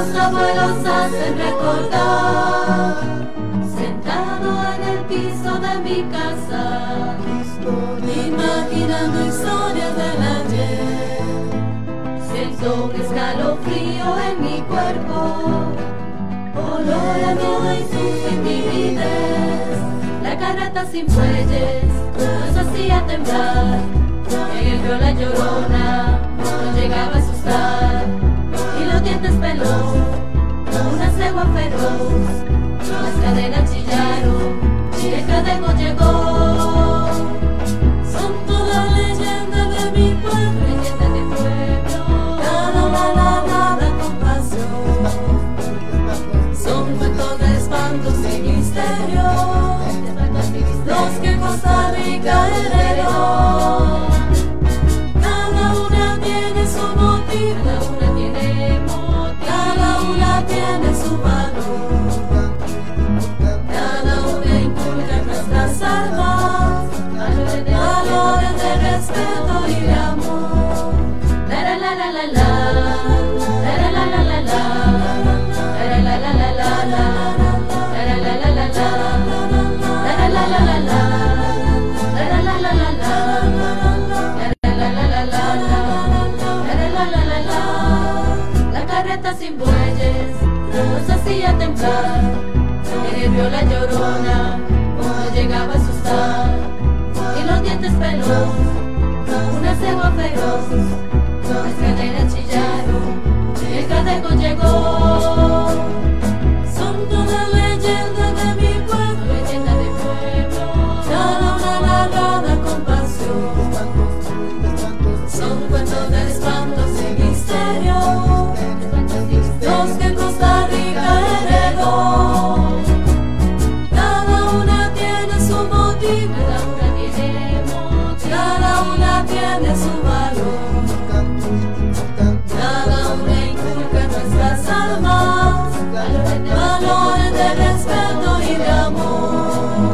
los abuelos hacen recordar, sentado en el piso de mi casa, imaginando historias del ayer. Siento un escalofrío en mi cuerpo, olor a miedo y sus timidez. La carreta sin fuelles nos hacía temblar, en el río La Llorona nos llegaba a asustar, y los dientes pelos, una cegua feroz, las cadenas chillaron y el cadejo llegó. Son todas leyendas de mi pueblo, leyendas de pueblo, cada una da compasión. Son cuentos de espantos y misterios, los que Costa Rica heredó. Cada una tiene su motivo, cada una tiene su valor, cada una inculca en nuestras almas valores de respeto y de amor. La la la la la la, la la la la la la, la la la la la la, la la la la la la. La carreta sin bueyes nos hacía temblar, en el río La Llorona nos llegaba a asustar, y los dientes pelos, una cegua feroz, las cadenas chillaron y el cadejo llegó. Son todas leyendas de mi pueblo, leyendas de pueblo, cada una narrada con pasión. Son cuentos de espantos y misterios, los que Costa Rica heredó. Cada una tiene su motivo, cada una tiene su valor, cada una inculca en nuestras almas valores de respeto y de amor.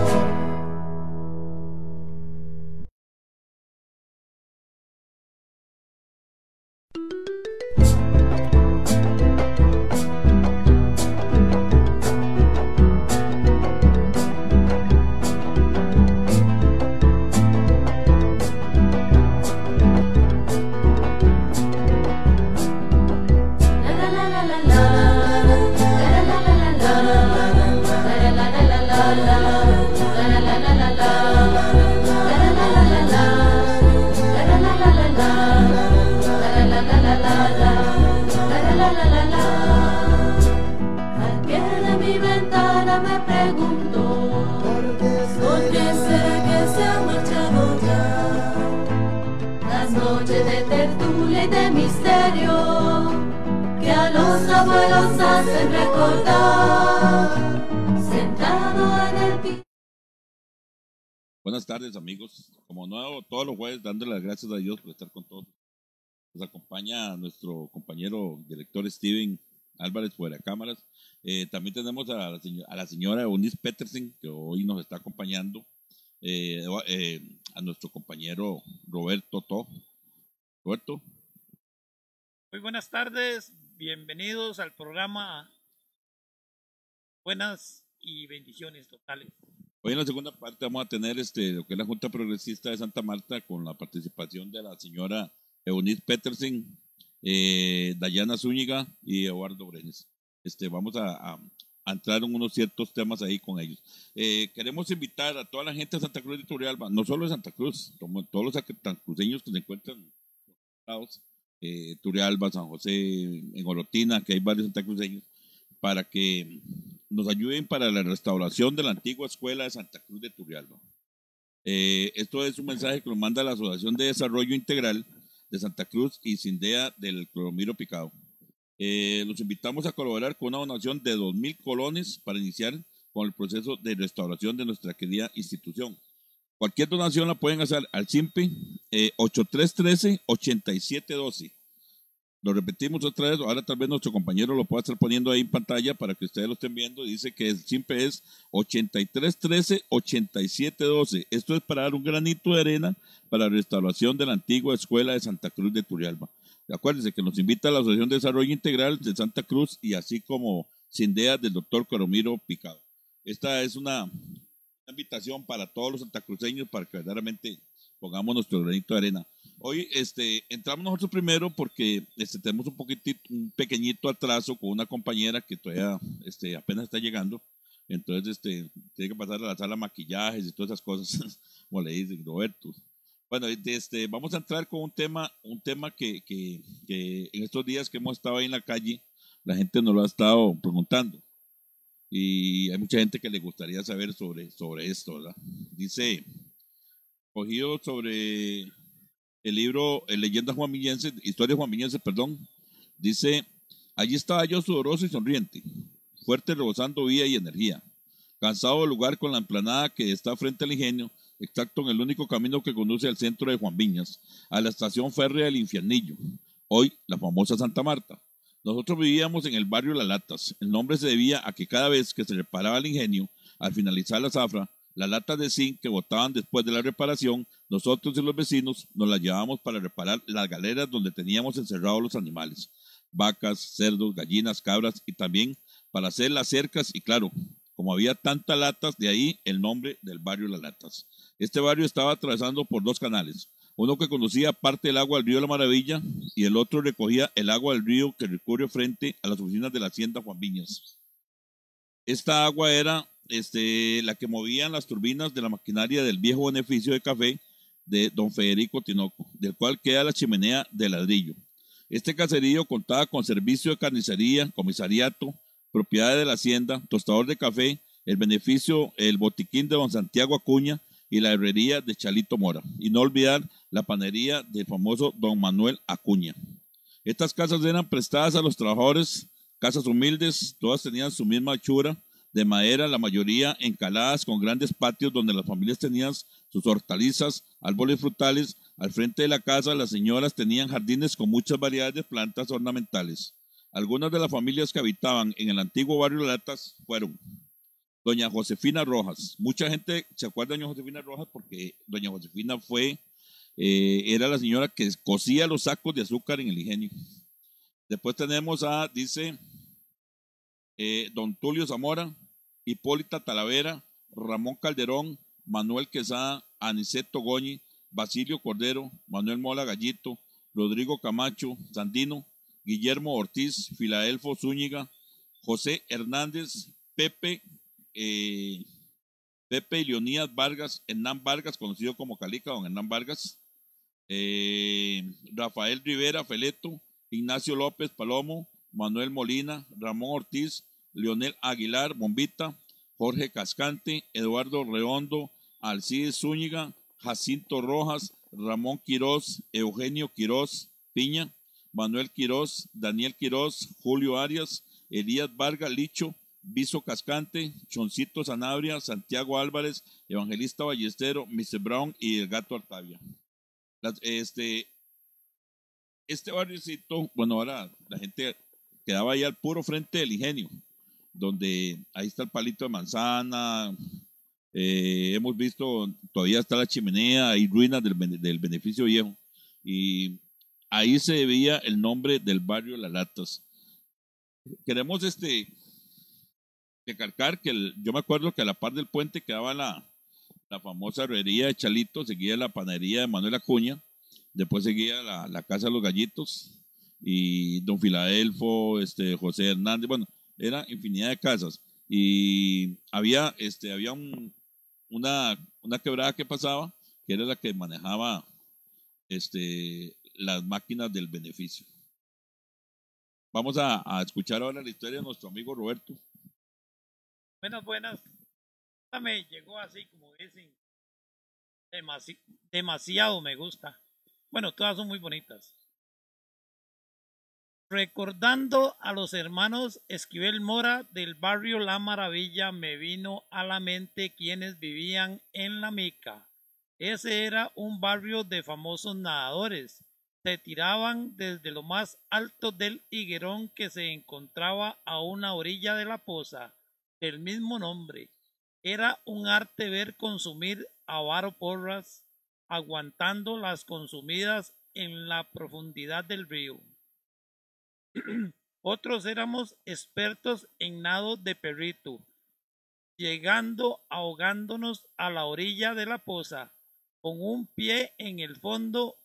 Al pie de mi ventana me pregunto, ¿por qué será que se han marchado ya? Las noches de tertulia y de misterio que a los abuelos hacen recordar, sentado en el piso. Buenas tardes, amigos. Como nuevo, todos los jueves, dándole las gracias a Dios por estar con todos. Nos acompaña nuestro compañero director Steven Álvarez fuera de cámaras. También tenemos a la señora Eunice Petersen, que hoy nos está acompañando. A nuestro compañero Roberto To. Roberto. Muy buenas tardes, bienvenidos al programa Buenas y Bendiciones Totales. Hoy en la segunda parte vamos a tener lo que es la Junta Progresista de Santa Marta, con la participación de la señora Eunice Petersen, Dayana Zúñiga y Eduardo Brenes. Vamos a entrar en unos ciertos temas ahí con ellos. Queremos invitar a toda la gente de Santa Cruz de Turrialba, no solo de Santa Cruz, todos los santacruceños que se encuentran en lados, Turrialba, San José, en Orotina, que hay varios santacruceños, para que nos ayuden para la restauración de la antigua escuela de Santa Cruz de Turrialba. Esto es un mensaje que nos manda la Asociación de Desarrollo Integral de Santa Cruz y Sindea del Cloromiro Picado. Los invitamos a colaborar con una donación de 2,000 colones para iniciar con el proceso de restauración de nuestra querida institución. Cualquier donación la pueden hacer al SIMPE 8313-8712. Lo repetimos otra vez, ahora tal vez nuestro compañero lo pueda estar poniendo ahí en pantalla para que ustedes lo estén viendo. Dice que el SIMPE es 8313-8712. Esto es para dar un granito de arena para la restauración de la antigua escuela de Santa Cruz de Turrialba. Acuérdense que nos invita a la Asociación de Desarrollo Integral de Santa Cruz y así como Sindea del doctor Coromiro Picado. Esta es una invitación para todos los santacruceños para que verdaderamente pongamos nuestro granito de arena. Hoy entramos nosotros primero porque tenemos un pequeñito atraso con una compañera que todavía apenas está llegando. Entonces tiene que pasar a la sala de maquillajes y todas esas cosas, como le dicen, Roberto. Bueno, vamos a entrar con un tema que en estos días que hemos estado ahí en la calle, la gente nos lo ha estado preguntando. Y hay mucha gente que le gustaría saber sobre esto, ¿verdad? Dice, cogido sobre el libro Leyendas Juanvillenses, Historias Juanvillenses, perdón, dice, allí estaba yo sudoroso y sonriente, fuerte, rebosando vida y energía, cansado del lugar con la emplanada que está frente al ingenio, exacto en el único camino que conduce al centro de Juan Viñas, a la estación férrea del Infiernillo, hoy la famosa Santa Marta. Nosotros vivíamos en el barrio Las Latas. El nombre se debía a que cada vez que se reparaba el ingenio, al finalizar la zafra, las latas de zinc que botaban después de la reparación, nosotros y los vecinos nos las llevábamos para reparar las galeras donde teníamos encerrados los animales, vacas, cerdos, gallinas, cabras y también para hacer las cercas y claro, como había tantas latas, de ahí el nombre del barrio Las Latas. Este barrio estaba atravesando por dos canales, uno que conducía parte del agua al río La Maravilla y el otro recogía el agua del río que recurre frente a las oficinas de la hacienda Juan Viñas. Esta agua era la que movían las turbinas de la maquinaria del viejo beneficio de café de don Federico Tinoco, del cual queda la chimenea de ladrillo. Este caserío contaba con servicio de carnicería, comisariato, propiedad de la hacienda, tostador de café, el beneficio, el botiquín de don Santiago Acuña y la herrería de Chalito Mora. Y no olvidar la panería del famoso don Manuel Acuña. Estas casas eran prestadas a los trabajadores, casas humildes, todas tenían su misma hechura, de madera, la mayoría encaladas con grandes patios donde las familias tenían sus hortalizas, árboles frutales. Al frente de la casa las señoras tenían jardines con muchas variedades de plantas ornamentales. Algunas de las familias que habitaban en el antiguo barrio Latas fueron doña Josefina Rojas. Mucha gente se acuerda de doña Josefina Rojas porque doña Josefina era la señora que cosía los sacos de azúcar en el ingenio. Después tenemos dice, don Tulio Zamora, Hipólita Talavera, Ramón Calderón, Manuel Quesada, Aniceto Goñi, Basilio Cordero, Manuel Mola Gallito, Rodrigo Camacho, Sandino, Guillermo Ortiz, Filadelfo Zúñiga, José Hernández, Pepe y Leonías Vargas, Hernán Vargas, conocido como Calica, don Hernán Vargas, Rafael Rivera Feleto, Ignacio López Palomo, Manuel Molina, Ramón Ortiz, Leonel Aguilar Bombita, Jorge Cascante, Eduardo Redondo, Alcides Zúñiga, Jacinto Rojas, Ramón Quirós, Eugenio Quirós Piña, Manuel Quirós, Daniel Quirós, Julio Arias, Elías Vargas Licho, Viso Cascante, Choncito Sanabria, Santiago Álvarez, Evangelista Ballestero, Mr. Brown y el Gato Artavia. Este barriocito, bueno, ahora la gente quedaba ahí al puro frente del ingenio, donde ahí está el palito de manzana, hemos visto, todavía está la chimenea, hay ruinas del beneficio viejo, y ahí se debía el nombre del barrio Las Latas. Queremos recalcar que yo me acuerdo que a la par del puente quedaba la famosa herrería de Chalito, seguía la panadería de Manuel Acuña, después seguía la casa de los Gallitos y don Filadelfo, José Hernández, bueno, era infinidad de casas y había una quebrada que pasaba que era la que manejaba las máquinas del beneficio. Vamos a escuchar ahora la historia de nuestro amigo Roberto. Buenas. Esta me llegó así como dicen, demasiado me gusta. Bueno, todas son muy bonitas. Recordando a los hermanos Esquivel Mora del barrio La Maravilla, me vino a la mente quienes vivían en La Mica. Ese era un barrio de famosos nadadores. Se tiraban desde lo más alto del higuerón que se encontraba a una orilla de la poza del mismo nombre. Era un arte ver consumir a varo porras, aguantando las consumidas en la profundidad del río. Otros éramos expertos en nado de perrito, llegando ahogándonos a la orilla de la poza, con un pie en el fondo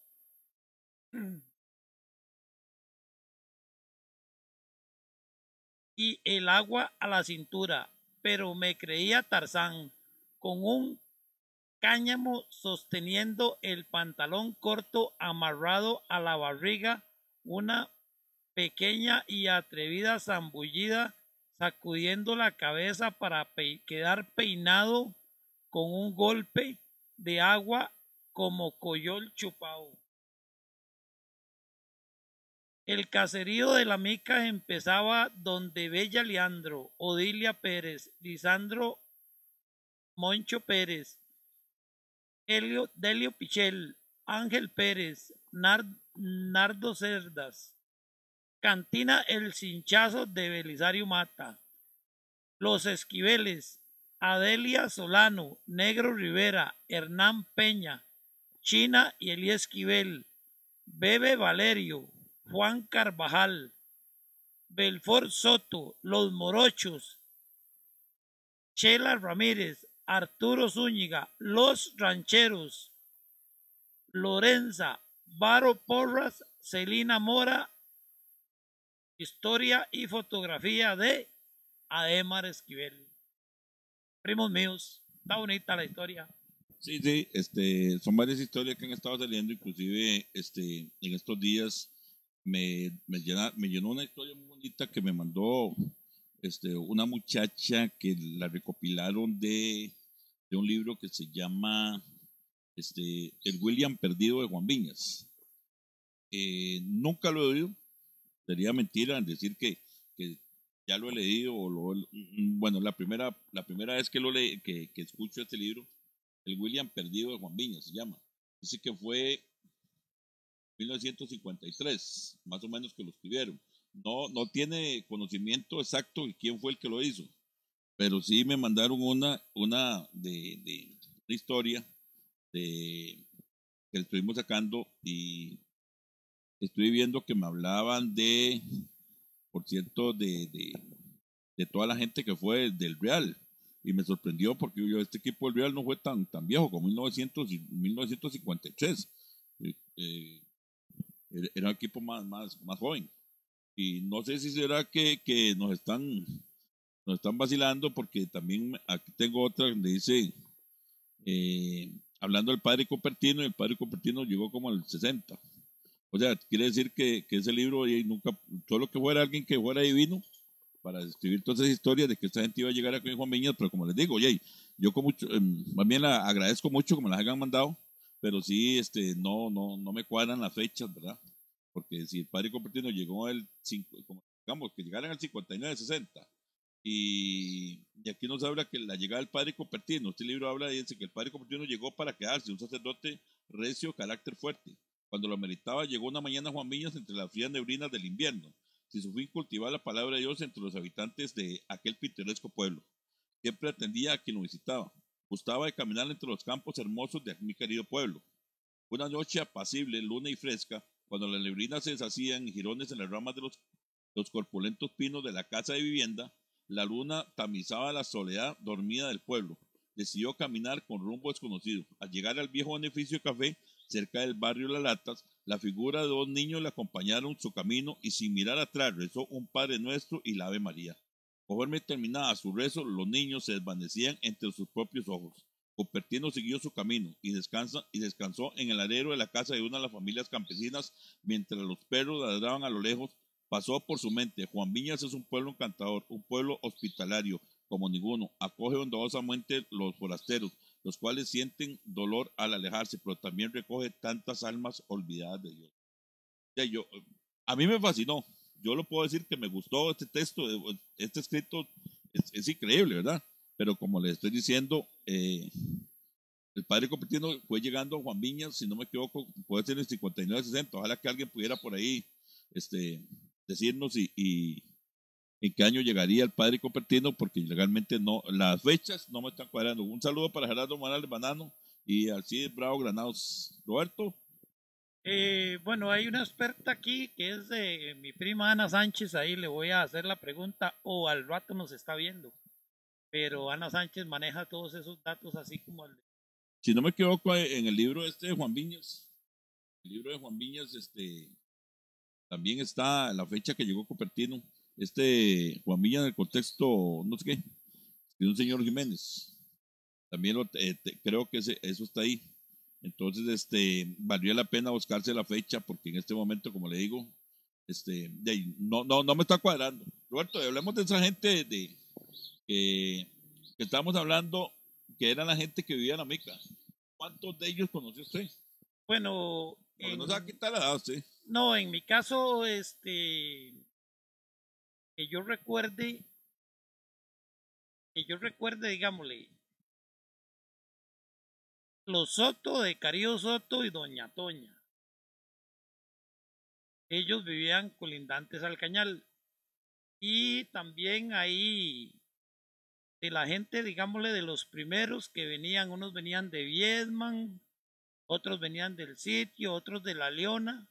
y el agua a la cintura, pero me creía Tarzán, con un cáñamo sosteniendo el pantalón corto amarrado a la barriga, una pequeña y atrevida zambullida, sacudiendo la cabeza para quedar peinado con un golpe de agua como coyol chupado. El caserío de la mica empezaba donde Bella Leandro, Odilia Pérez, Lisandro Moncho Pérez, Delio Pichel, Ángel Pérez, Nardo Cerdas, Cantina El Cinchazo de Belisario Mata, Los Esquiveles, Adelia Solano, Negro Rivera, Hernán Peña, China y Elí Esquivel, Bebe Valerio, Juan Carvajal, Belfort Soto, Los Morochos, Chela Ramírez, Arturo Zúñiga, Los Rancheros, Lorenza, Varo Porras, Celina Mora, historia y fotografía de Ademar Esquivel. Primos míos, está bonita la historia. Sí, son varias historias que han estado saliendo, inclusive en estos días me llenó una historia muy bonita que me mandó una muchacha que la recopilaron de un libro que se llama El William Perdido de Juan Viñas. Nunca lo he oído, sería mentira en decir que ya lo he leído bueno, la primera vez que que escucho este libro. El William Perdido de Juan Viñas se llama. Dice que fue 1953, más o menos, que lo escribieron. No tiene conocimiento exacto de quién fue el que lo hizo, pero sí me mandaron una de historia que estuvimos sacando, y estoy viendo que me hablaban por cierto, de toda la gente que fue del Real. Y me sorprendió porque este equipo del Real no fue tan viejo como 1953. Era un equipo más joven. Y no sé si será que nos están vacilando, porque también aquí tengo otra donde dice, hablando del padre Copertino, y el padre Copertino llegó como al 60. O sea, quiere decir que ese libro nunca, solo que fuera alguien que fuera divino para escribir todas esas historias de que esta gente iba a llegar a con Juan Viñas, pero como les digo, oye, yo con mucho, más bien la agradezco mucho que me las hayan mandado, pero sí, no me cuadran las fechas, ¿verdad? Porque si el padre Copertino llegó digamos, que llegaran al 59, 60, y aquí nos habla que la llegada del padre Copertino, este libro habla y dice que el padre Copertino llegó para quedarse, un sacerdote recio, carácter fuerte. Cuando lo meritaba, llegó una mañana Juan Viñas entre las frías neblinas del invierno, sin su fin cultivar la palabra de Dios entre los habitantes de aquel pintoresco pueblo. Siempre atendía a quien lo visitaba. Gustaba de caminar entre los campos hermosos de mi querido pueblo. Una noche apacible, luna y fresca, cuando las neblinas se deshacían en jirones en las ramas de los corpulentos pinos de la casa de vivienda, la luna tamizaba la soledad dormida del pueblo. Decidió caminar con rumbo desconocido. Al llegar al viejo beneficio café, cerca del barrio Las Latas, la figura de dos niños le acompañaron su camino, y sin mirar atrás rezó un Padre Nuestro y la Ave María. Conforme terminaba su rezo, los niños se desvanecían entre sus propios ojos. Copertino siguió su camino y descansó en el alero de la casa de una de las familias campesinas, mientras los perros ladraban a lo lejos. Pasó por su mente: Juan Viñas es un pueblo encantador, un pueblo hospitalario como ninguno. Acoge bondadosamente los forasteros, los cuales sienten dolor al alejarse, pero también recoge tantas almas olvidadas de Dios. A mí me fascinó. Yo lo puedo decir que me gustó este texto, este escrito es increíble, ¿verdad? Pero como les estoy diciendo, el padre Copertino fue llegando a Juan Viñas, si no me equivoco, puede ser en el 59, 60. Ojalá que alguien pudiera por ahí decirnos y en qué año llegaría el padre Copertino, porque legalmente no, las fechas no me están cuadrando. Un saludo para Gerardo Morales Banano y Alcides Bravo Granados. Roberto. Bueno, hay una experta aquí que es mi prima Ana Sánchez, ahí le voy a hacer la pregunta o al rato nos está viendo, pero Ana Sánchez maneja todos esos datos así como el... Si no me equivoco, en el libro de Juan Viñas, el libro de Juan Viñas, también está la fecha que llegó Cupertino. Juan Viñas en el contexto, no sé qué, de un señor Jiménez. También creo que eso está ahí. Entonces, valdría la pena buscarse la fecha, porque en este momento, como le digo, no me está cuadrando. Roberto, hablemos de esa gente que estábamos hablando, que eran la gente que vivía en la mica. ¿Cuántos de ellos conoció usted? Bueno, Porque no se va a quitar la edad usted. no, en mi caso, que yo recuerde, digámosle, los Soto de Carío Soto y Doña Toña. Ellos vivían colindantes al cañal. Y también ahí de la gente, digámosle, de los primeros que venían, unos venían de Viedman, otros venían del sitio, otros de La Leona.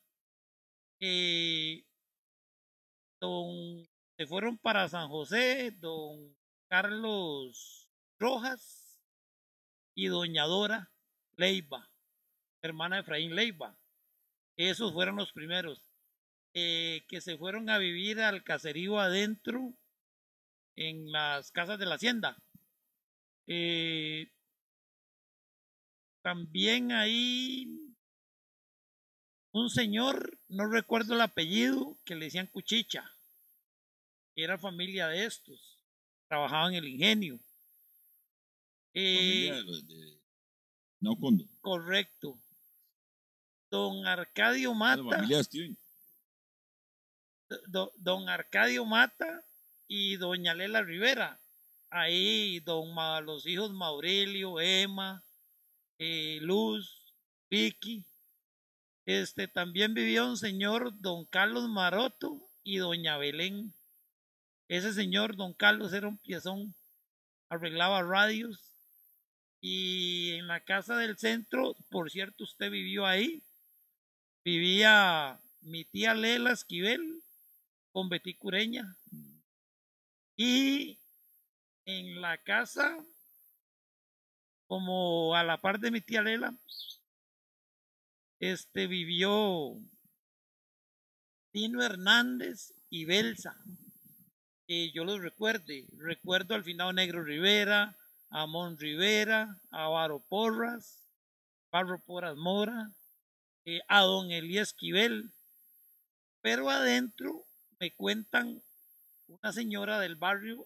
Se fueron para San José, don Carlos Rojas y doña Dora Leiva, hermana de Efraín Leiva. Esos fueron los primeros que se fueron a vivir al caserío adentro en las casas de la hacienda. También ahí un señor, no recuerdo el apellido, que le decían Cuchicha, que era familia de estos, trabajaba en el ingenio. Familia de Naucondo. Correcto. Don Arcadio Mata. Familia de Steven. Don Arcadio Mata y doña Lela Rivera. Ahí los hijos Maurelio, Emma, Luz, Vicky. También vivía un señor, don Carlos Maroto y doña Belén. Ese señor, don Carlos, era un piezón, arreglaba radios. Y en la casa del centro, por cierto, usted vivió ahí, vivía mi tía Lela Esquivel con Betty Cureña. Y en la casa, como a la par de mi tía Lela, vivió Tino Hernández y Belsa. Yo los recuerdo al finado Negro Rivera, a Mon Rivera, a Varo Porras, Barro Porras Mora, a don Elías Esquivel. Pero adentro me cuentan una señora del barrio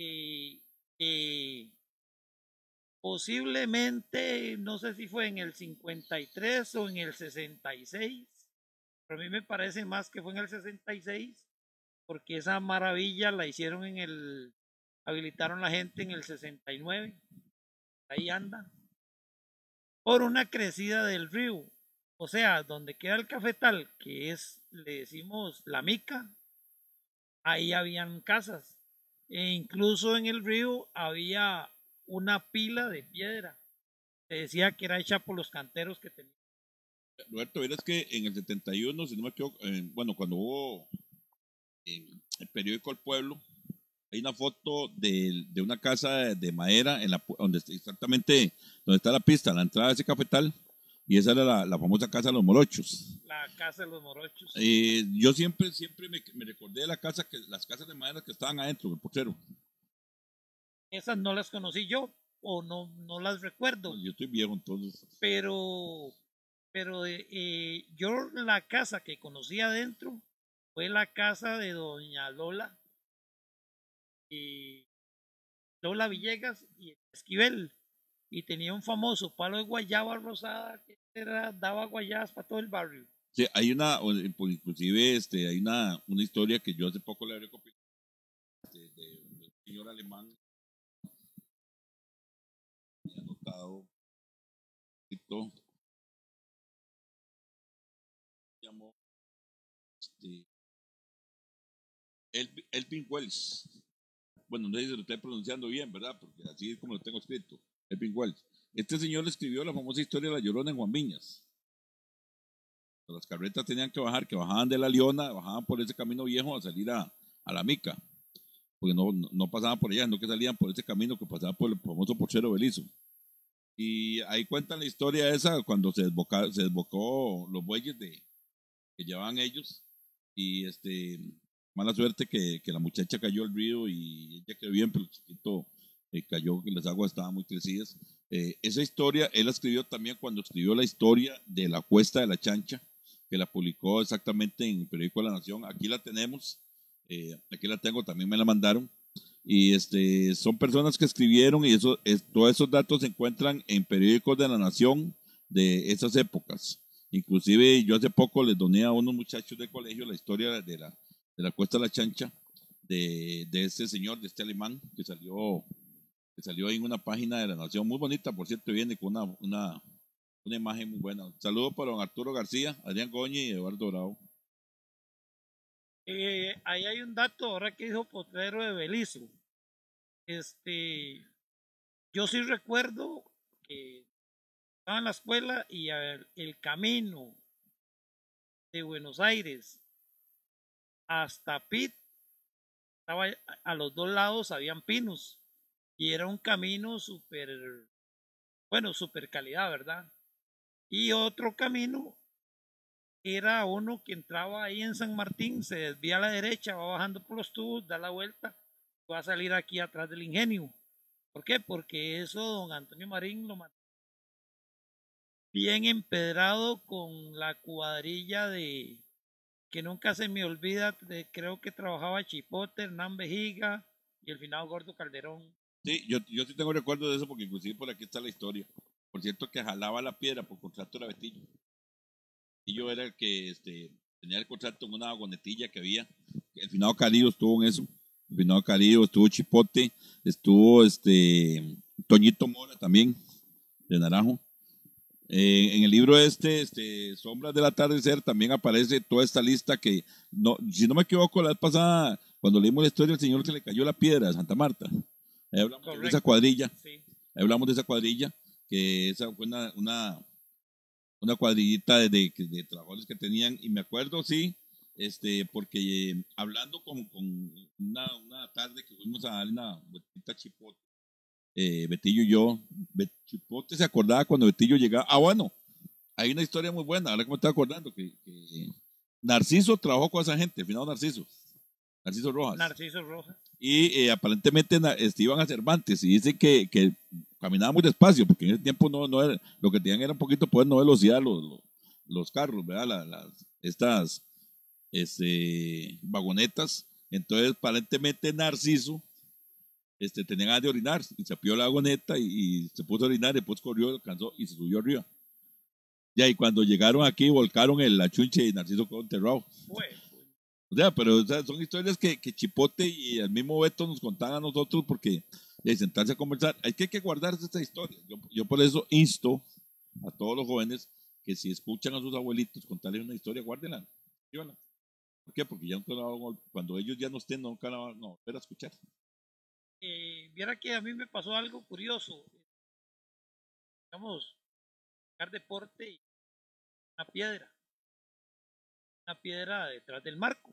posiblemente, no sé si fue en el 53 o en el 66, pero a mí me parece más que fue en el 66, porque esa maravilla la hicieron habilitaron la gente en el 69, ahí anda, por una crecida del río, o sea, donde queda el cafetal, que le decimos la mica, ahí habían casas, e incluso en el río había una pila de piedra, se decía que era hecha por los canteros que tenían. Roberto, verás que en el 71, si no me equivoco, bueno, cuando hubo el periódico El Pueblo, hay una foto de una casa de madera exactamente donde está la pista, la entrada de ese cafetal, y esa era la famosa casa de los morochos. La casa de los morochos. Yo siempre me recordé de las casas de madera que estaban adentro, el potrero. Esas no las conocí yo, o no las recuerdo. Yo estoy viejo entonces. Pero yo la casa que conocí adentro fue la casa de doña Lola y Lola Villegas y Esquivel, y tenía un famoso palo de guayaba rosada que daba guayabas para todo el barrio. Sí, hay inclusive hay una historia que yo hace poco le había copiado de un señor alemán anotado, llamó Elvin Wells. Bueno, no sé si lo estoy pronunciando bien, ¿verdad? Porque así es como lo tengo escrito. Elvin Wells. Este señor escribió la famosa historia de La Llorona en Juan Viñas. las carretas tenían que bajaban de la Liona, bajaban por ese camino viejo a salir a la Mica, porque no pasaban por allá, no que salían por ese camino que pasaba por el famoso Pochero Belizo. Y ahí cuentan la historia esa cuando se desbocó los bueyes que llevaban ellos, y mala suerte que la muchacha cayó al río y ella quedó bien, pero el chiquito cayó, que las aguas estaban muy crecidas. Esa historia él la escribió también cuando escribió la historia de la Cuesta de la Chancha, que la publicó exactamente en el periódico La Nación. Aquí la tenemos, aquí la tengo, también me la mandaron. Y son personas que escribieron, y todos esos datos se encuentran en periódicos de La Nación de esas épocas. Inclusive yo hace poco les doné a unos muchachos de colegio la historia de la Cuesta de la Chancha, de este señor, de este alemán que salió en una página de La Nación, muy bonita, por cierto, viene con una imagen muy buena. Un saludo para don Arturo García, Adrián Goñi y Eduardo Bravo. Ahí hay un dato, ahora que dijo Potrero de Belizo. Yo sí recuerdo que estaba en la escuela y el camino de Buenos Aires hasta Pitt, estaba a los dos lados habían pinos y era un camino súper, bueno, súper calidad, ¿verdad? Y otro camino era uno que entraba ahí en San Martín, se desvía a la derecha, va bajando por los tubos, da la vuelta, va a salir aquí atrás del Ingenio. ¿Por qué? Porque eso don Antonio Marín lo mató bien empedrado con la cuadrilla de, que nunca se me olvida, creo que trabajaba Chipote, Hernán Vejiga y el finado Gordo Calderón. Sí, yo sí tengo recuerdo de eso, porque inclusive por aquí está la historia. Por cierto, que jalaba la piedra por contrato era Betillo. Y yo era el que tenía el contrato en una vagonetilla que había. El finado Carillo estuvo en eso. El finado Carillo, estuvo Chipote, estuvo Toñito Mora también, de Naranjo. En el libro Sombras del Atardecer, también aparece toda esta lista que, si no me equivoco, la vez pasada, cuando leímos la historia del señor que le cayó la piedra de Santa Marta, ahí hablamos de esa cuadrilla, sí. Ahí hablamos de esa cuadrilla, que esa fue una cuadrillita de trabajadores que tenían, y me acuerdo, sí, porque hablando con una tarde que fuimos a darle una vueltita a Chipote, Betillo y yo, Chipote se acordaba cuando Betillo llegaba. Bueno, hay una historia muy buena, ahora que me estoy acordando, que Narciso trabajó con esa gente, el finado Narciso Rojas. Y aparentemente iban a Cervantes, y dicen que caminaba muy despacio, porque en ese tiempo no era, lo que tenían era un poquito poder, no velocidad los carros, ¿verdad? Estas vagonetas. Entonces, aparentemente Narciso tenía ganas de orinar y se apió la vagoneta y se puso a orinar, y después corrió, alcanzó y se subió arriba. Ya, y cuando llegaron aquí, volcaron la chunche y Narciso quedó enterrado. O sea, pero son historias que Chipote y el mismo Beto nos contaban a nosotros, porque de sentarse a conversar, hay que guardarse esta historia. Yo por eso insto a todos los jóvenes que si escuchan a sus abuelitos contarles una historia, guárdenla. ¿Por qué? Porque ya cuando ellos ya no estén, nunca la van a volver a escuchar. Viera que a mí me pasó algo curioso. Digamos, jugar deporte y una piedra detrás del marco.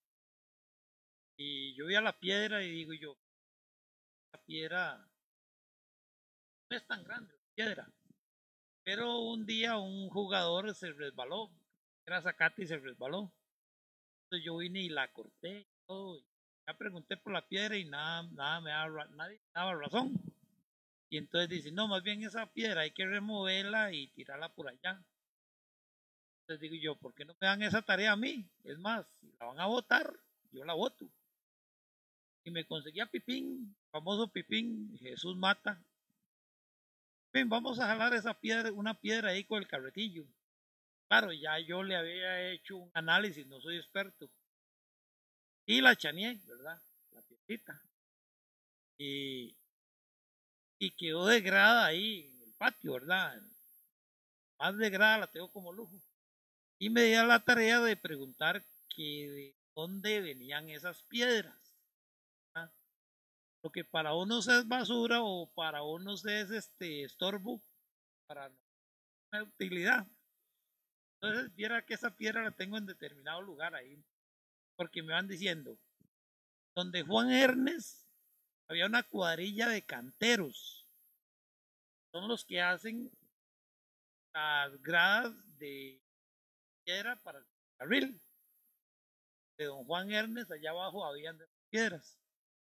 Y yo vi a la piedra y digo yo, la piedra no es tan grande, la piedra. Pero un día un jugador se resbaló, era zacate y se resbaló. Entonces yo vine y la corté y todo. Ya pregunté por la piedra y nadie me daba razón. Y entonces dice, no, más bien esa piedra hay que removerla y tirarla por allá. Entonces digo yo, ¿por qué no me dan esa tarea a mí? Es más, si la van a votar, yo la voto. Y me conseguía Pipín, famoso Pipín, Jesús Mata. Ven, vamos a jalar una piedra ahí con el carretillo. Claro, ya yo le había hecho un análisis, no soy experto. Y la chaneé, ¿verdad? La piedrita. Y quedó de grada ahí en el patio, ¿verdad? Más de grada la tengo como lujo. Y me di a la tarea de preguntar que de dónde venían esas piedras. ¿Verdad? Lo que para unos es basura o para unos es estorbo, para no tener utilidad. Entonces, viera que esa piedra la tengo en determinado lugar ahí, porque me van diciendo, donde Juan Ernest había una cuadrilla de canteros, son los que hacen las gradas de piedra para el carril. De don Juan Ernest, allá abajo habían de piedras.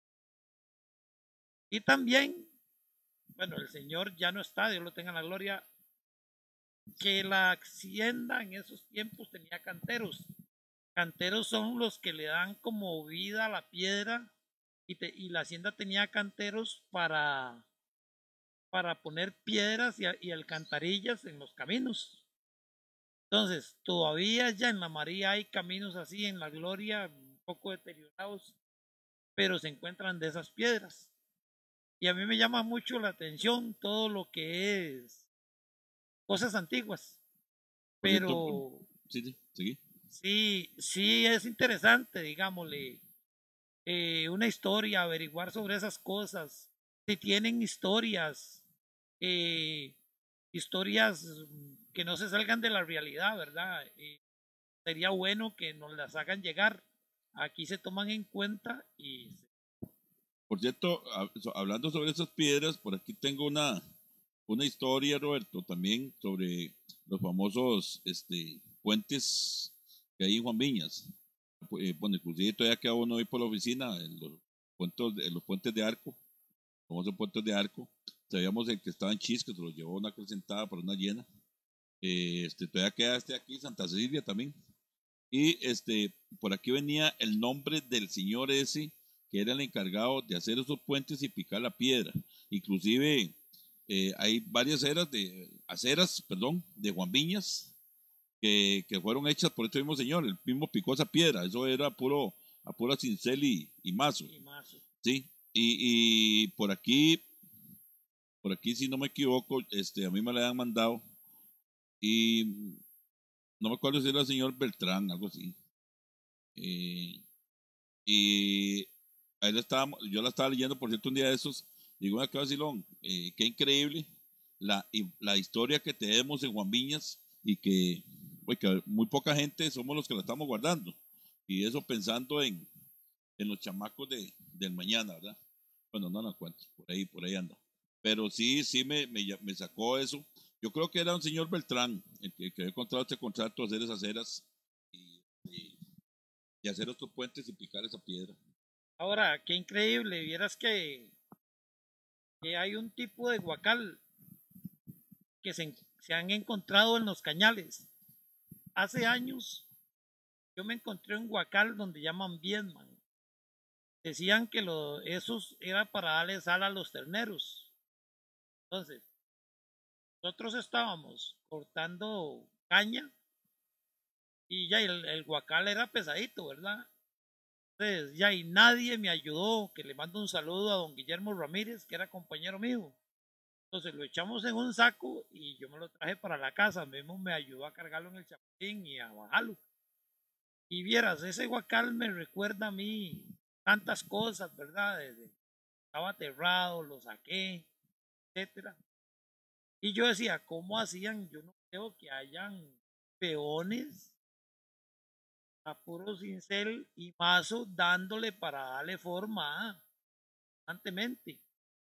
Y también, bueno, el señor ya no está, Dios lo tenga en la gloria, que la hacienda en esos tiempos tenía canteros. Canteros son los que le dan como vida a la piedra y la hacienda tenía canteros para poner piedras y alcantarillas en los caminos. Entonces, todavía ya en la María hay caminos así, en la Gloria, un poco deteriorados, pero se encuentran de esas piedras. Y a mí me llama mucho la atención todo lo que es cosas antiguas. Por cierto, Pero sí, seguí. sí es interesante, digámosle, una historia, averiguar sobre esas cosas. Si tienen historias, eh, historias que no se salgan de la realidad, ¿verdad? Sería bueno que nos las hagan llegar. Aquí se toman en cuenta y Por cierto, hablando sobre esas piedras, por aquí tengo una historia, Roberto, también sobre los famosos puentes que hay en Juan Viñas. Bueno, inclusive todavía queda uno ahí por la oficina, en los puentes de arco, famosos puentes de arco. Sabíamos el que estaba en Chis, que se lo llevó una acrecentada para una llena. Todavía queda aquí, Santa Cecilia también. Y por aquí venía el nombre del señor ese, que era el encargado de hacer esos puentes y picar la piedra. Inclusive hay varias aceras de Juan Viñas que fueron hechas por este mismo señor. El mismo picó esa piedra. Eso era a pura cincel y mazo. Sí. Y por aquí, si no me equivoco, a mí me la han mandado. Y no me acuerdo si era el señor Beltrán, algo así. Y ahí yo la estaba leyendo, por cierto, un día de esos. Digo, acá vacilón, qué increíble la historia que tenemos en Juan Viñas y que muy poca gente somos los que la estamos guardando. Y eso pensando en los chamacos del mañana, ¿verdad? Bueno, no la encuentro, por ahí anda. Pero sí me sacó eso. Yo creo que era un señor Beltrán el que había encontrado este contrato de hacer esas aceras y hacer estos puentes y picar esa piedra. Ahora, qué increíble, vieras que hay un tipo de guacal que se han encontrado en los cañales. Hace años yo me encontré un guacal donde llaman Viedman. Decían que esos era para darle sal a los terneros. Entonces, nosotros estábamos cortando caña y ya el guacal era pesadito, ¿verdad? Entonces, ya y nadie me ayudó, que le mando un saludo a don Guillermo Ramírez, que era compañero mío. Entonces lo echamos en un saco y yo me lo traje para la casa. Mismo me ayudó a cargarlo en el chapín y a bajarlo. Y vieras, ese guacal me recuerda a mí tantas cosas, ¿verdad? Estaba aterrado, lo saqué, etcétera. Y yo decía, ¿cómo hacían? Yo no creo que hayan peones a puro cincel y mazo dándole para darle forma constantemente.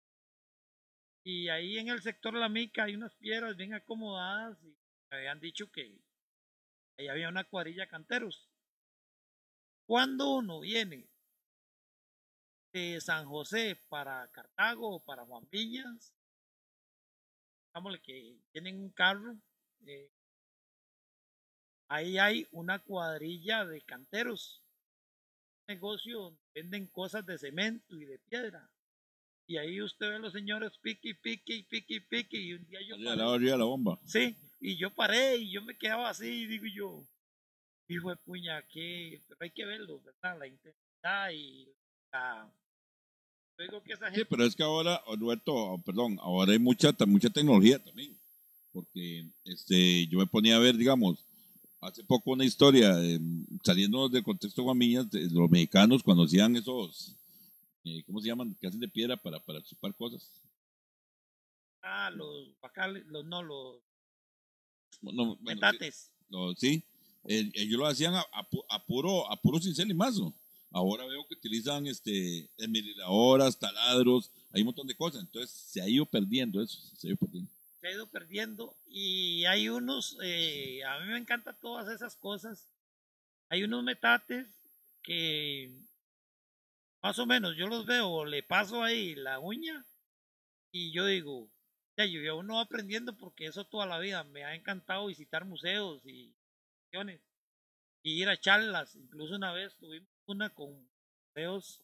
Y ahí en el sector La Mica hay unas piedras bien acomodadas y me habían dicho que ahí había una cuadrilla de canteros. Cuando uno viene de San José para Cartago o para Juan Viñas, digámosle que tienen un carro, ahí hay una cuadrilla de canteros, un negocio donde venden cosas de cemento y de piedra. Y ahí usted ve a los señores pique y un día yo paré. La bomba. Sí, y yo paré y yo me quedaba así, digo yo, hijo de puña, pero hay que verlo, ¿verdad? La intensidad y la... Yo digo que esa gente... Sí, pero es que ahora, Roberto, perdón, ahora hay mucha tecnología también, porque yo me ponía a ver, digamos, hace poco una historia, saliendo del contexto de Juan Viñas, de los mexicanos cuando hacían esos, ¿cómo se llaman? Que hacen de piedra para chupar cosas. Los bacales, los bueno, metates. sí, ellos lo hacían a puro cincel y mazo. Ahora veo que utilizan esmeriladoras, taladros, hay un montón de cosas. Entonces se ha ido perdiendo eso, se ha ido perdiendo. Y hay unos, a mí me encantan todas esas cosas. Hay unos metates que más o menos yo los veo, le paso ahí la uña y yo digo, ya, yo uno va aprendiendo porque eso toda la vida me ha encantado visitar museos y ir a charlas. Incluso una vez tuvimos una con museos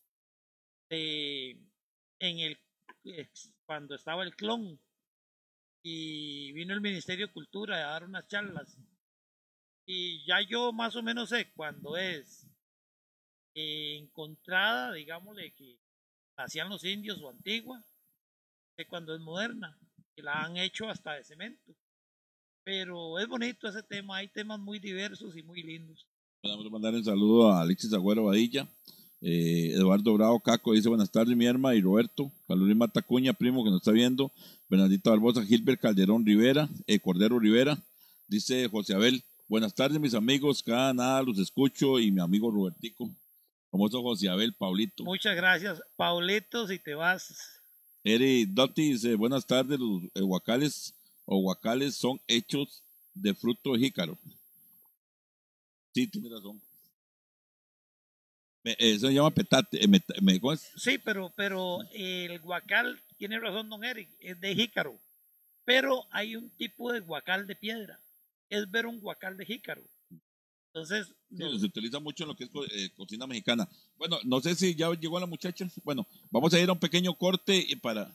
cuando estaba el clon y vino el Ministerio de Cultura a dar unas charlas y ya yo más o menos sé cuando es encontrada, digámosle, que hacían los indios o antigua, de cuando es moderna, que la han hecho hasta de cemento. Pero es bonito ese tema, hay temas muy diversos y muy lindos. Vamos a mandar un saludo a Alexis Agüero Badilla, Eduardo Bravo Caco dice buenas tardes mi hermana, y Roberto, Carolina Matacuña, primo que nos está viendo, Bernardita Barbosa, Gilbert Calderón Rivera, Cordero Rivera, dice José Abel, buenas tardes mis amigos, cada nada los escucho, y mi amigo Robertico, famoso José Abel, Paulito. Muchas gracias, Paulito, si te vas. Eri Dotti dice buenas tardes, los guacales son hechos de fruto de jícaro. Sí, tiene razón. Eso se llama petate. Sí, pero el guacal, tiene razón don Eric, es de jícaro. Pero hay un tipo de guacal de piedra. Es ver un guacal de jícaro. Entonces... Sí, se utiliza mucho en lo que es cocina mexicana. Bueno, no sé si ya llegó la muchacha. Bueno, vamos a ir a un pequeño corte y para...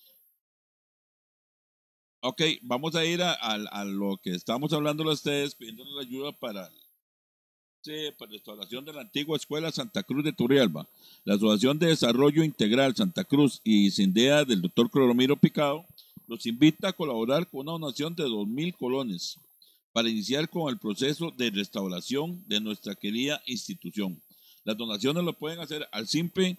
Ok, vamos a ir a lo que estábamos hablando a ustedes, pidiéndoles la ayuda para restauración de la antigua escuela Santa Cruz de Turrialba. La Asociación de Desarrollo Integral Santa Cruz y Sindea del Dr. Cloromiro Picado los invita a colaborar con una donación de 2,000 colones para iniciar con el proceso de restauración de nuestra querida institución. Las donaciones lo pueden hacer al simple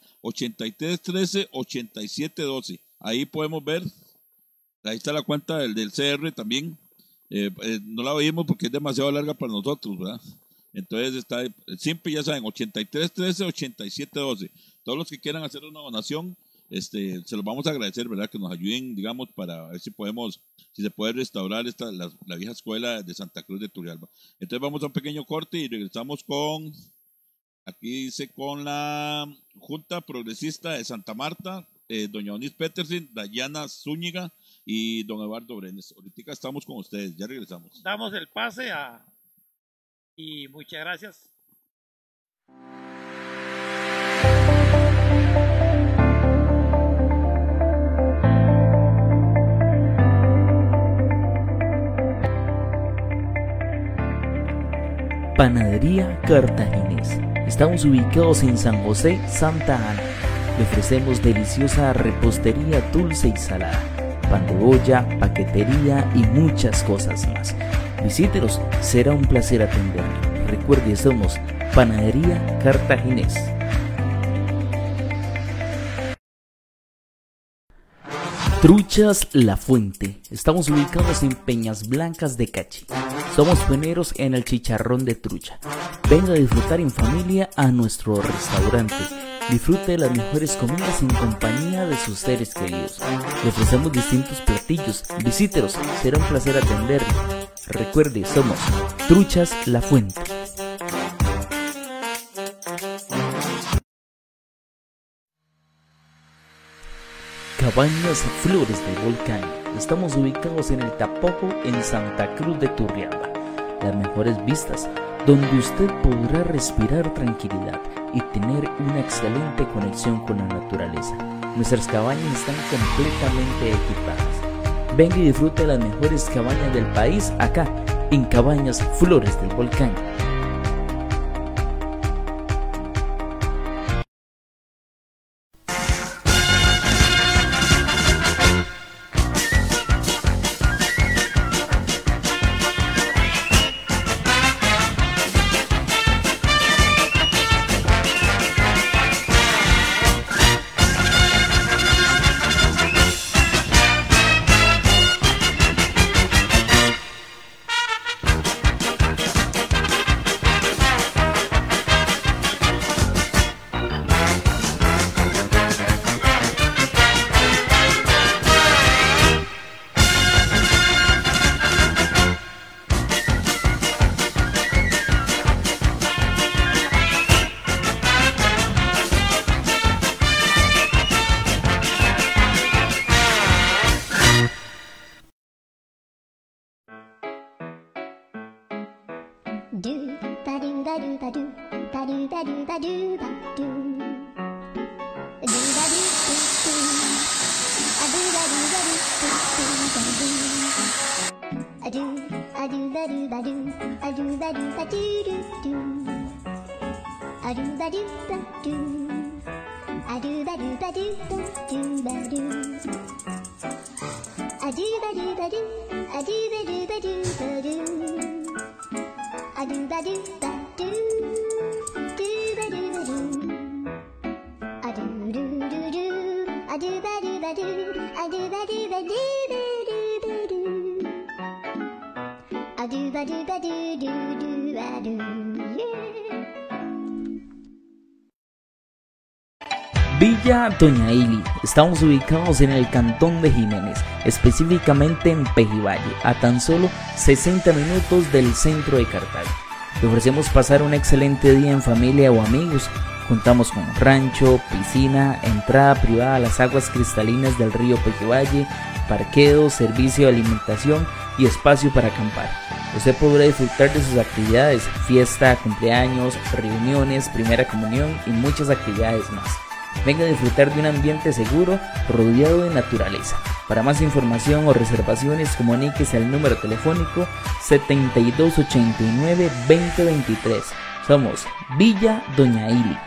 8313-8712. Ahí podemos ver, ahí está la cuenta del CR también. No la oímos porque es demasiado larga para nosotros, ¿verdad? Entonces está siempre, ya saben, 8313-8712. Todos los que quieran hacer una donación, se los vamos a agradecer, ¿verdad? Que nos ayuden, digamos, para ver si se puede restaurar la vieja escuela de Santa Cruz de Turrialba. Entonces vamos a un pequeño corte y regresamos aquí dice, con la Junta Progresista de Santa Marta, doña Eunice Petersen, Dayana Zúñiga y don Eduardo Brenes. Ahorita estamos con ustedes, ya regresamos. Damos el pase y muchas gracias. Panadería Cartaginés. Estamos ubicados en San José, Santa Ana. Le ofrecemos deliciosa repostería dulce y salada, pan de olla, paquetería y muchas cosas más. Visítenos, será un placer atenderle. Recuerde, somos Panadería Cartaginés. Truchas La Fuente. Estamos ubicados en Peñas Blancas de Cachi. Somos pioneros en el chicharrón de trucha. Venga a disfrutar en familia a nuestro restaurante. Disfrute de las mejores comidas en compañía de sus seres queridos. Le ofrecemos distintos platillos. Visítenos, será un placer atenderle. Recuerde, somos Truchas La Fuente. Cabañas Flores del Volcán. Estamos ubicados en el Tapojo, en Santa Cruz de Turrialba. Las mejores vistas, donde usted podrá respirar tranquilidad y tener una excelente conexión con la naturaleza. Nuestras cabañas están completamente equipadas. Venga y disfrute de las mejores cabañas del país acá, en Cabañas Flores del Volcán. Villa Doña Ili. Estamos ubicados en el cantón de Jiménez, específicamente en Pejivalle, a tan solo 60 minutos del centro de Cartago. Le ofrecemos pasar un excelente día en familia o amigos. Contamos con rancho, piscina, entrada privada a las aguas cristalinas del río Pejivalle, parqueo, servicio de alimentación y espacio para acampar. Usted podrá disfrutar de sus actividades, fiesta, cumpleaños, reuniones, primera comunión y muchas actividades más. Venga a disfrutar de un ambiente seguro, rodeado de naturaleza. Para más información o reservaciones, comuníquese al número telefónico 7289-2023. Somos Villa Doña Ili.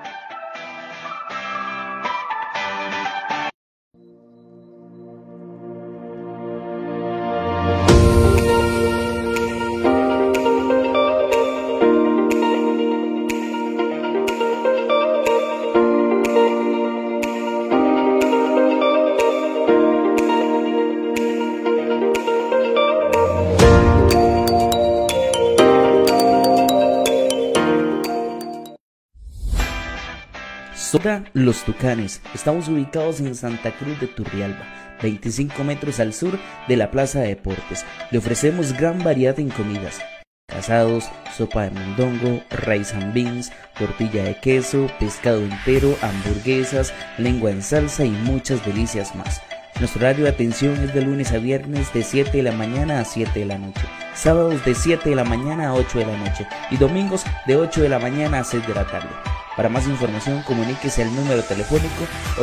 Soda Los Tucanes. Estamos ubicados en Santa Cruz de Turrialba, 25 metros al sur de la Plaza de Deportes. Le ofrecemos gran variedad en comidas: casados, sopa de mondongo, rice and beans, tortilla de queso, pescado entero, hamburguesas, lengua en salsa y muchas delicias más. Nuestro horario de atención es de lunes a viernes de 7 de la mañana a 7 de la noche, sábados de 7 de la mañana a 8 de la noche y domingos de 8 de la mañana a 6 de la tarde. Para más información, comuníquese al número telefónico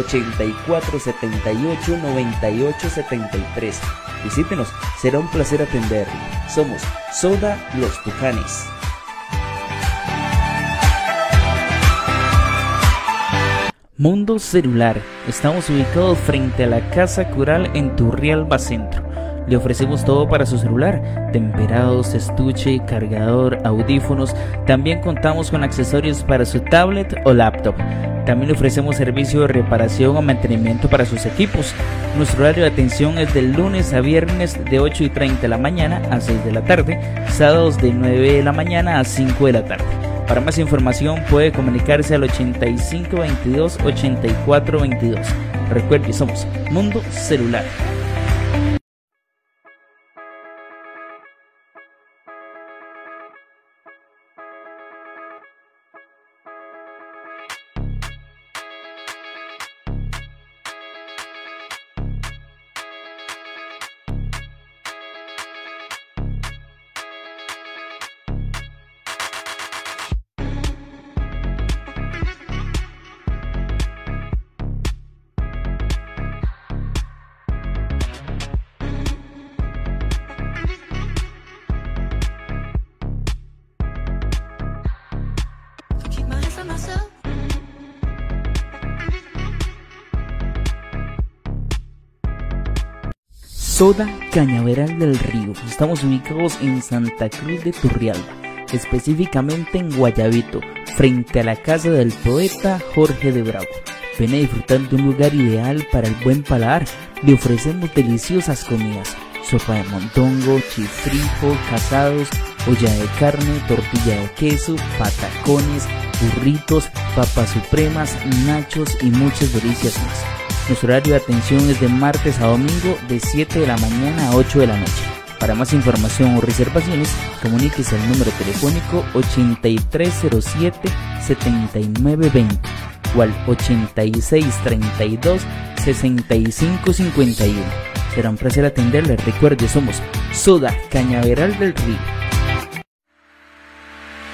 8478-9873. Visítenos, será un placer atenderle. Somos Soda Los Tucanes. Mundo Celular. Estamos ubicados frente a la Casa Cural en Turrialba Centro. Le ofrecemos todo para su celular: temperados, estuche, cargador, audífonos. También contamos con accesorios para su tablet o laptop. También le ofrecemos servicio de reparación o mantenimiento para sus equipos. Nuestro horario de atención es de lunes a viernes de 8:30 de la mañana a 6 de la tarde, sábados de 9 de la mañana a 5 de la tarde. Para más información puede comunicarse al 8522-8422. Recuerde, somos Mundo Celular. Soda Cañaveral del Río. Estamos ubicados en Santa Cruz de Turrialba, específicamente en Guayabito, frente a la casa del poeta Jorge de Bravo. Ven a disfrutar de un lugar ideal para el buen paladar. Le ofrecemos deliciosas comidas: sopa de mondongo, chifrijo, casados, olla de carne, tortilla de queso, patacones, burritos, papas supremas, nachos y muchas delicias más. Nuestro horario de atención es de martes a domingo de 7 de la mañana a 8 de la noche. Para más información o reservaciones, comuníquese al número telefónico 8307-7920 o al 8632-6551. Será un placer atenderle. Recuerde, somos Soda Cañaveral del Río.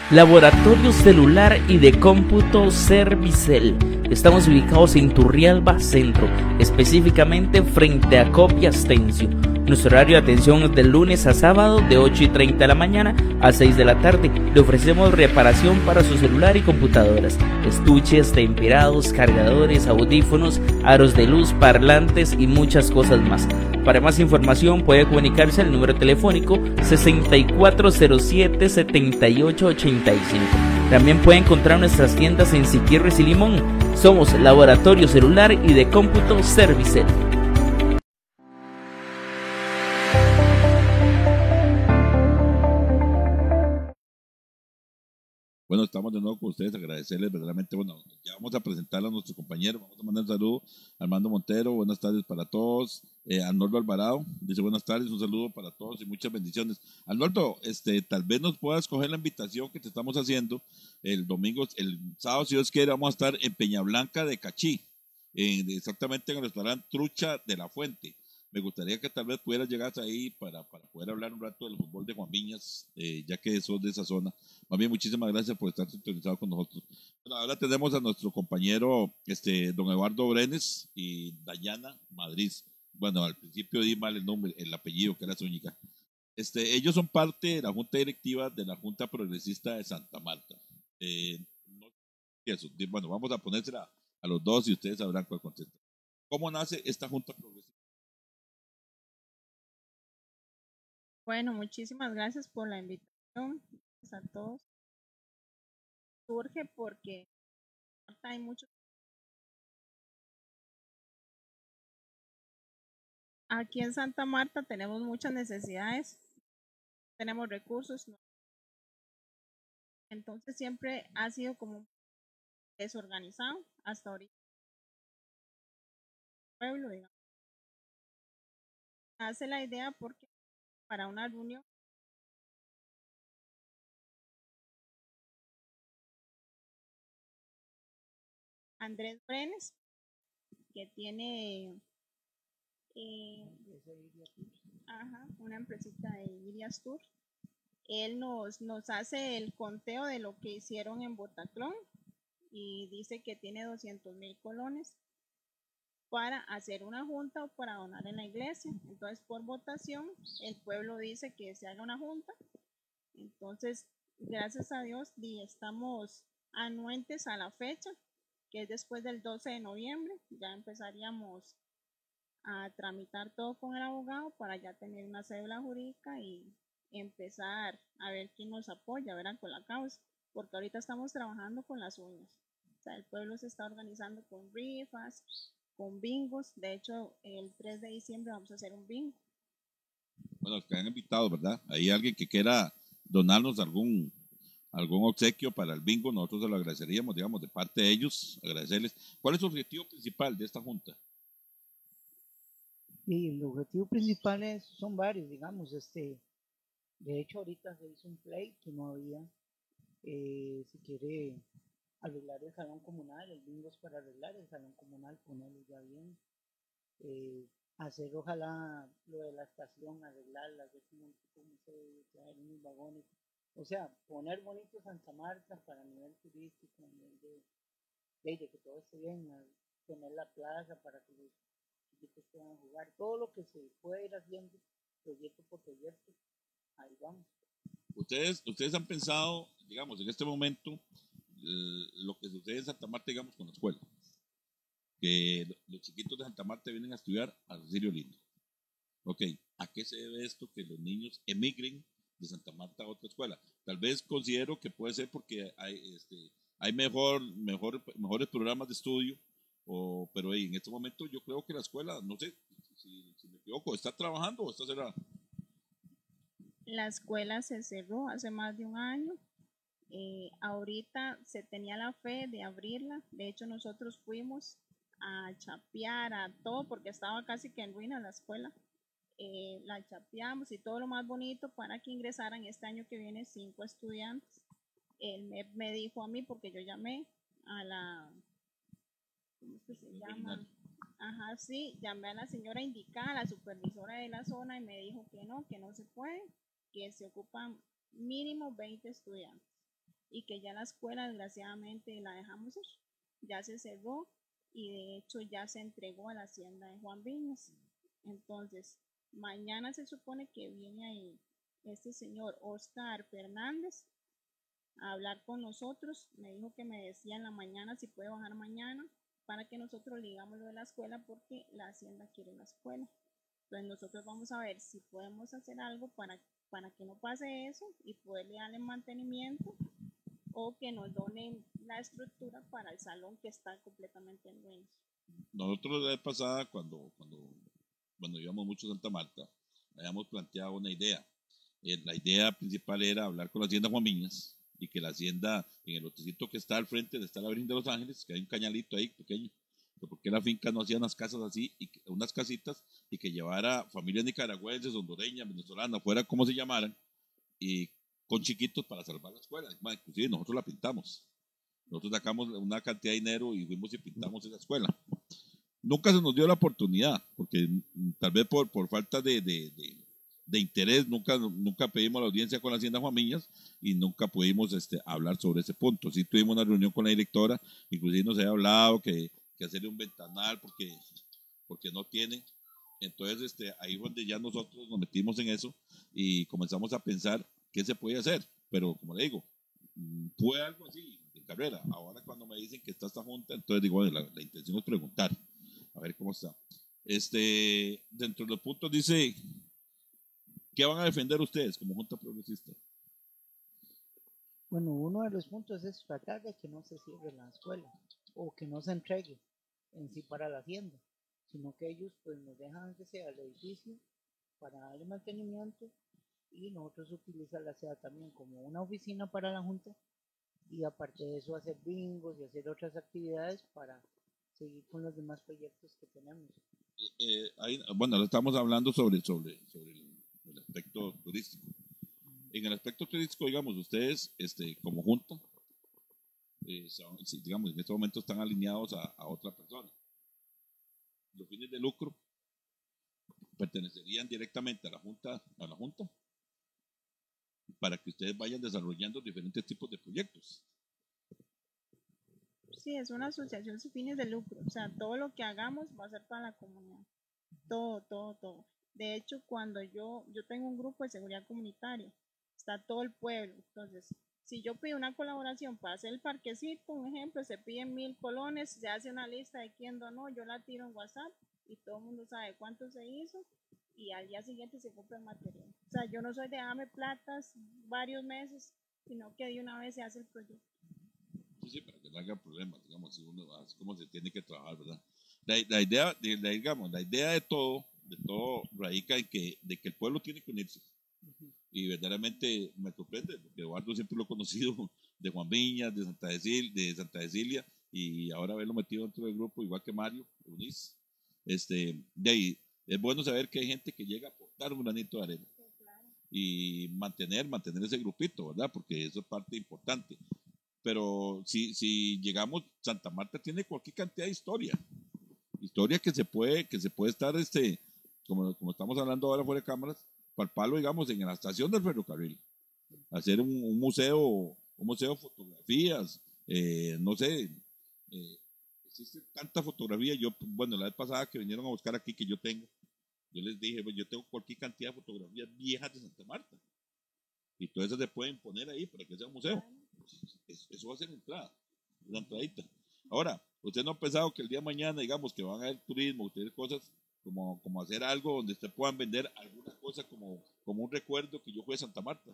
Laboratorio Celular y de Cómputo Servicel. Estamos ubicados en Turrialba Centro, específicamente frente a Copias Tencio. Nuestro horario de atención es de lunes a sábado de 8:30 de la mañana a 6 de la tarde. Le ofrecemos reparación para su celular y computadoras, estuches, temperados, cargadores, audífonos, aros de luz, parlantes y muchas cosas más. Para más información puede comunicarse al número telefónico 6407-7885. También puede encontrar nuestras tiendas en Siquirres y Limón. Somos Laboratorio Celular y de Cómputo Servicel. Bueno, estamos de nuevo con ustedes, agradecerles verdaderamente. Bueno, ya vamos a presentar a nuestros compañeros, vamos a mandar un saludo a Armando Montero, buenas tardes para todos. Arnoldo Alvarado dice buenas tardes, un saludo para todos y muchas bendiciones. Arnoldo, tal vez nos puedas coger la invitación que te estamos haciendo el domingo, el sábado, si Dios quiere, vamos a estar en Peñablanca de Cachí, exactamente en el restaurante Trucha de la Fuente. Me gustaría que tal vez pudieras llegar ahí para poder hablar un rato del fútbol de Juan Viñas, ya que sos de esa zona. Más bien, muchísimas gracias por estar sintonizado con nosotros. Bueno, ahora tenemos a nuestro compañero, don Eduardo Brenes y Dayana Madrid. Bueno, al principio di mal el nombre, el apellido, que era Zúñiga. Ellos son parte de la Junta Directiva de la Junta Progresista de Santa Marta. Bueno, vamos a ponérsela a los dos y ustedes sabrán cuál contestar. ¿Cómo nace esta Junta Progresista? Bueno, muchísimas gracias por la invitación. Gracias a todos. Surge porque hay muchos. Aquí en Santa Marta tenemos muchas necesidades, tenemos recursos, entonces siempre ha sido como desorganizado hasta ahorita. Pueblo, digamos. Hace la idea porque para una reunión Andrés Brenes, que tiene una empresita de Irias Tour, él nos hace el conteo de lo que hicieron en Botaclón y dice que tiene 200,000 colones para hacer una junta o para donar en la iglesia. Entonces, por votación, el pueblo dice que se haga una junta. Entonces, gracias a Dios, estamos anuentes a la fecha, que es después del 12 de noviembre. Ya empezaríamos a tramitar todo con el abogado para ya tener una cédula jurídica y empezar a ver quién nos apoya, ¿verdad? Con la causa, porque ahorita estamos trabajando con las uñas. O sea, el pueblo se está organizando con rifas, con bingos. De hecho, el 3 de diciembre vamos a hacer un bingo. Bueno, los que han invitado, ¿verdad? Hay alguien que quiera donarnos algún obsequio para el bingo, nosotros se lo agradeceríamos, digamos, de parte de ellos, agradecerles. ¿Cuál es el objetivo principal de esta junta? Y el objetivo principal son varios, digamos, de hecho ahorita se hizo un play que no había, si quiere arreglar el salón comunal, el bingo es para arreglar el salón comunal, ponerlo ya bien, hacer ojalá lo de la estación, arreglarla, hacer como un tipo museo, traer unos vagones, o sea, poner bonito Santa Marta para nivel turístico, a nivel de que todo esté bien, tener la plaza para que los chicos puedan jugar, todo lo que se puede ir haciendo, proyecto por proyecto, ahí vamos. Ustedes han pensado, digamos, en este momento, lo que sucede en Santa Marta, digamos, con la escuela, que los chiquitos de Santa Marta vienen a estudiar a Cecilio Lindo. Ok, ¿a qué se debe esto que los niños emigren de Santa Marta a otra escuela? Tal vez considero que puede ser porque hay mejores programas de estudio, pero en este momento yo creo que la escuela, no sé si me equivoco, ¿está trabajando o está cerrada? La escuela se cerró hace más de un año. Ahorita se tenía la fe de abrirla. De hecho, nosotros fuimos a chapear a todo porque estaba casi que en ruina la escuela. La chapeamos y todo lo más bonito para que ingresaran este año que viene 5 estudiantes. Él me dijo a mí, porque yo llamé a la, ¿cómo es que se llama? Ajá, sí, llamé a la señora indicada, la supervisora de la zona, y me dijo que no se puede, que se ocupan mínimo 20 estudiantes. y que ya la escuela desgraciadamente la dejamos ir, ya se cerró y de hecho ya se entregó a la hacienda de Juan Viñas. Entonces, mañana se supone que viene ahí este señor Oscar Fernández a hablar con nosotros. Me dijo que me decía en la mañana si puede bajar mañana para que nosotros le digamos lo de la escuela porque la hacienda quiere la escuela. Entonces nosotros vamos a ver si podemos hacer algo para que no pase eso y poderle darle mantenimiento o que nos donen la estructura para el salón que está completamente en ruinas. Nosotros la vez pasada, cuando íbamos mucho a Santa Marta, habíamos planteado una idea. La idea principal era hablar con la hacienda Juan Viñas y que la hacienda, en el lotecito que está al frente de está la Virgen de los Ángeles, que hay un cañalito ahí pequeño, porque la finca no hacía unas casas así, unas casitas, y que llevara familias nicaragüenses, hondureñas, venezolanas, fuera como se llamaran, y con chiquitos para salvar la escuela. Inclusive nosotros la pintamos. Nosotros sacamos una cantidad de dinero y fuimos y pintamos esa escuela. Nunca se nos dio la oportunidad, porque tal vez por falta de interés, nunca pedimos la audiencia con la Hacienda Juan Viñas y nunca pudimos hablar sobre ese punto. Sí tuvimos una reunión con la directora, inclusive nos había hablado que hacerle un ventanal porque no tiene. Entonces ahí es donde ya nosotros nos metimos en eso y comenzamos a pensar qué se puede hacer. Pero como le digo, fue algo así de carrera. Ahora cuando me dicen que está esta junta, entonces digo, bueno, la intención es preguntar, a ver cómo está. Dentro de los puntos dice, ¿qué van a defender ustedes como Junta Progresista? Bueno, uno de los puntos es tratar de que no se cierre la escuela o que no se entregue en sí para la hacienda, sino que ellos pues nos dejan que sea el edificio para darle mantenimiento y nosotros utilizar la sede también como una oficina para la Junta y aparte de eso hacer bingos y hacer otras actividades para seguir con los demás proyectos que tenemos. Bueno, ahora estamos hablando sobre el aspecto turístico. En el aspecto turístico, digamos, ustedes como Junta, digamos, en este momento están alineados a otra persona. Los fines de lucro pertenecerían directamente a la Junta para que ustedes vayan desarrollando diferentes tipos de proyectos. Sí, es una asociación sin fines de lucro, o sea, todo lo que hagamos va a ser para la comunidad, todo. De hecho, cuando yo tengo un grupo de seguridad comunitaria, está todo el pueblo, entonces, si yo pido una colaboración para hacer el parquecito, un ejemplo, se piden 1000 colones, se hace una lista de quién donó, yo la tiro en WhatsApp y todo el mundo sabe cuánto se hizo y al día siguiente se compra el material. O sea, yo no soy de dame platas varios meses, sino que de una vez se hace el proyecto. Sí, para que no haya problemas, digamos, si uno así como se tiene que trabajar, ¿verdad? La idea, la idea de todo radica en de que el pueblo tiene que unirse. Y verdaderamente me sorprende, porque Eduardo siempre lo he conocido de Juan Viñas, de Santa Cecilia, y ahora haberlo metido dentro del grupo, igual que Mario Eunice. De ahí, es bueno saber que hay gente que llega a aportar un granito de arena. Sí, claro. Y mantener ese grupito, ¿verdad? Porque eso es parte importante. Pero si llegamos, Santa Marta tiene cualquier cantidad de historia que se puede estar, como estamos hablando ahora fuera de cámaras, palpalo, digamos, en la estación del ferrocarril, hacer un museo de fotografías, no sé, existe tanta fotografía. Bueno, la vez pasada que vinieron a buscar aquí que yo les dije, pues, yo tengo cualquier cantidad de fotografías viejas de Santa Marta, y todas esas se pueden poner ahí para que sea un museo. Eso va a ser una entradita. Ahora, usted no ha pensado que el día de mañana, digamos, que van a haber turismo, ustedes cosas como hacer algo donde usted puedan vender alguna cosa como un recuerdo que yo fui a Santa Marta?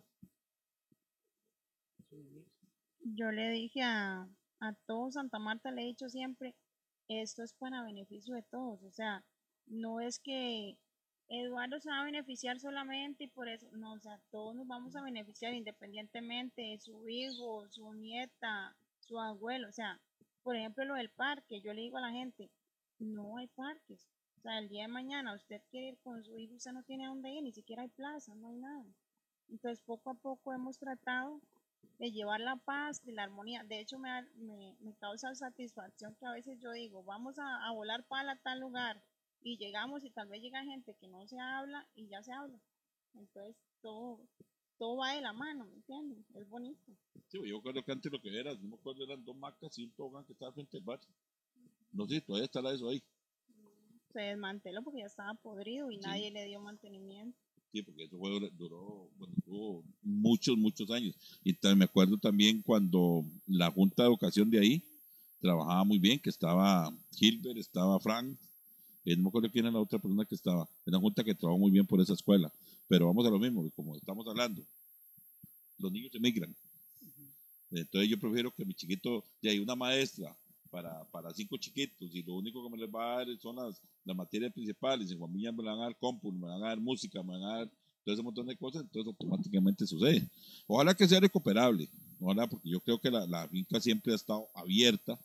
Yo le dije a todo Santa Marta, le he dicho siempre, esto es para beneficio de todos, o sea, no es que Eduardo se va a beneficiar solamente y por eso, no, o sea, todos nos vamos a beneficiar independientemente de su hijo, su nieta, su abuelo, o sea, por ejemplo, lo del parque, yo le digo a la gente, no hay parques, o sea, el día de mañana usted quiere ir con su hijo, usted no tiene a dónde ir, ni siquiera hay plaza, no hay nada. Entonces, poco a poco hemos tratado de llevar la paz, de la armonía. De hecho, me causa satisfacción que a veces yo digo, vamos a volar pala a tal lugar y llegamos y tal vez llega gente que no se habla y ya se habla. Entonces, todo todo va de la mano, ¿me entiendes? Es bonito. Sí, yo creo que antes lo que era, no me acuerdo, eran 2 macas y un tobogán que estaba frente al bar. No sé, todavía estará eso ahí. Se desmanteló porque ya estaba podrido y Sí. nadie le dio mantenimiento. Sí, porque eso duró, bueno, tuvo muchos años. Y me acuerdo también cuando la Junta de Educación de ahí trabajaba muy bien, que estaba Gilbert, estaba Frank, no me acuerdo quién era la otra persona que estaba. Era una junta que trabajó muy bien por esa escuela. Pero vamos a lo mismo, como estamos hablando, los niños emigran. Entonces yo prefiero que mi chiquito, de ahí una maestra para 5 chiquitos, y lo único que me les va a dar son las materias principales. En Guamilla me van a dar compu, me van a dar música, me van a dar todo ese montón de cosas, entonces automáticamente sucede. Ojalá que sea recuperable, ojalá, porque yo creo que la finca siempre ha estado abierta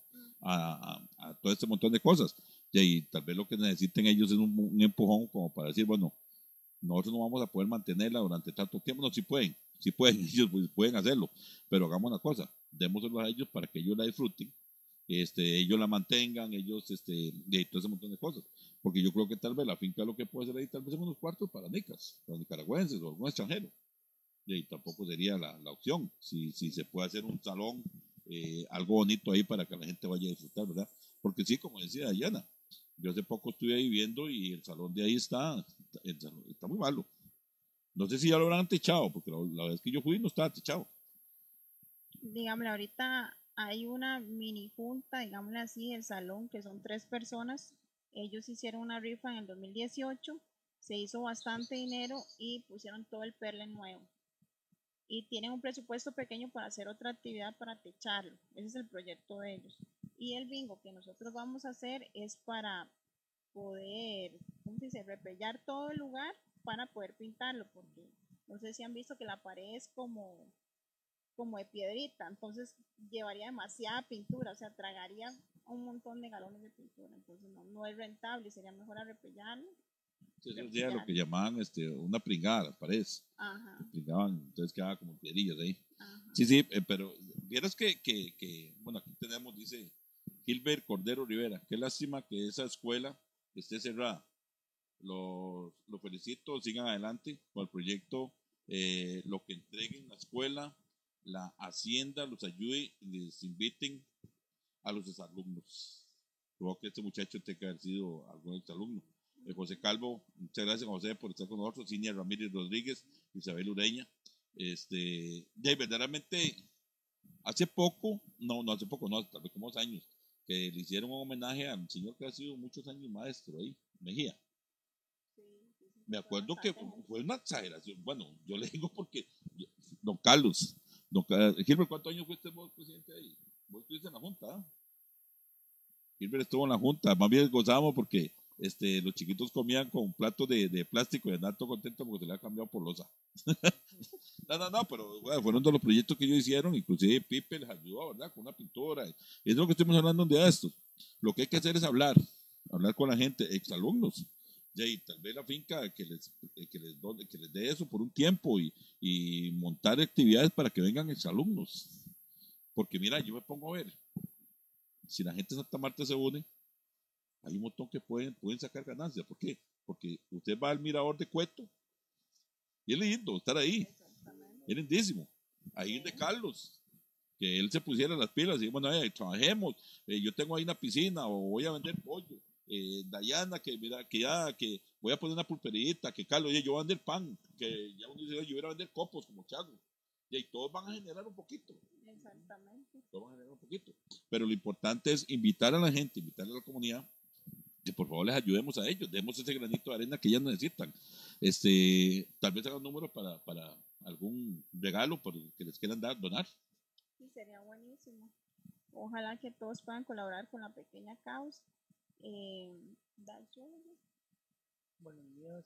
a todo este montón de cosas. Y tal vez lo que necesiten ellos es un empujón como para decir, bueno, nosotros no vamos a poder mantenerla durante tanto tiempo. No, sí pueden, ellos pueden hacerlo, pero hagamos una cosa, démoselo a ellos para que ellos la disfruten, ellos la mantengan, ellos, y todo ese montón de cosas, porque yo creo que tal vez la finca lo que puede hacer ahí, tal vez en unos cuartos para nicas, para nicaragüenses o algún extranjero, y tampoco sería la opción, si se puede hacer un salón, algo bonito ahí para que la gente vaya a disfrutar, ¿verdad? Porque sí, como decía Dayana, yo hace poco estuve ahí viendo y el salón de ahí está muy malo. No sé si ya lo habrán techado, porque la vez que yo fui no estaba techado. Dígame, ahorita hay una mini junta, digámosle así, el salón, que son 3 personas. Ellos hicieron una rifa en el 2018, se hizo bastante dinero y pusieron todo el perle nuevo. Y tienen un presupuesto pequeño para hacer otra actividad para techarlo. Ese es el proyecto de ellos. Y el bingo que nosotros vamos a hacer es para poder, ¿cómo se dice?, repellar todo el lugar para poder pintarlo, porque no sé si han visto que la pared es como de piedrita, entonces llevaría demasiada pintura, o sea, tragaría un montón de galones de pintura, entonces no es rentable, sería mejor repellarlo. Eso era lo que llamaban una pringada, las paredes. Ajá. Pringaban, entonces quedaba como piedrillas ahí. Ajá. Sí, pero vieras que, bueno, aquí tenemos, dice Gilbert Cordero Rivera, qué lástima que esa escuela esté cerrada. Los felicito, sigan adelante con el proyecto, lo que entreguen la escuela, la hacienda los ayude y les inviten a los exalumnos. Creo que este muchacho tiene que haber sido algún exalumno. José Calvo, muchas gracias José por estar con nosotros, Cinia Ramírez Rodríguez, Isabel Ureña. Verdaderamente, hace poco, tal vez como 2 años, que le hicieron un homenaje al señor que ha sido muchos años maestro ahí, Mejía. Me acuerdo que fue una exageración. Bueno, yo le digo porque don Carlos, Gilbert, ¿cuántos años fuiste vos presidente ahí? Vos estuviste en la junta, ¿eh? Gilbert estuvo en la junta, más bien gozábamos porque los chiquitos comían con platos de plástico y andaban todo contentos porque se le había cambiado por losa. No, pero bueno, fueron de los proyectos que ellos hicieron, inclusive Pipe les ayudó, ¿verdad? Con una pintura. Es lo que estamos hablando un día de estos. Lo que hay que hacer es hablar con la gente, exalumnos. Y tal vez la finca que les dé eso por un tiempo y montar actividades para que vengan exalumnos. Porque mira, yo me pongo a ver, si la gente de Santa Marta se une, hay un montón que pueden sacar ganancias. ¿Por qué? Porque usted va al mirador de Cueto y es lindo estar ahí. Es lindísimo. Ahí de Carlos, que él se pusiera las pilas y bueno, trabajemos. Yo tengo ahí una piscina o voy a vender pollo. Dayana, que mira, que voy a poner una pulperita, que Carlos, yo voy a vender pan, que ya uno dice, yo voy a vender copos como Chago. Y todos van a generar un poquito. Exactamente. Todos van a generar un poquito. Pero lo importante es invitar a la gente, invitar a la comunidad, que por favor les ayudemos a ellos, demos ese granito de arena que ellas necesitan. Tal vez hagan números para algún regalo que les quieran donar. Sí, sería buenísimo. Ojalá que todos puedan colaborar con la pequeña causa. Bueno, el mío es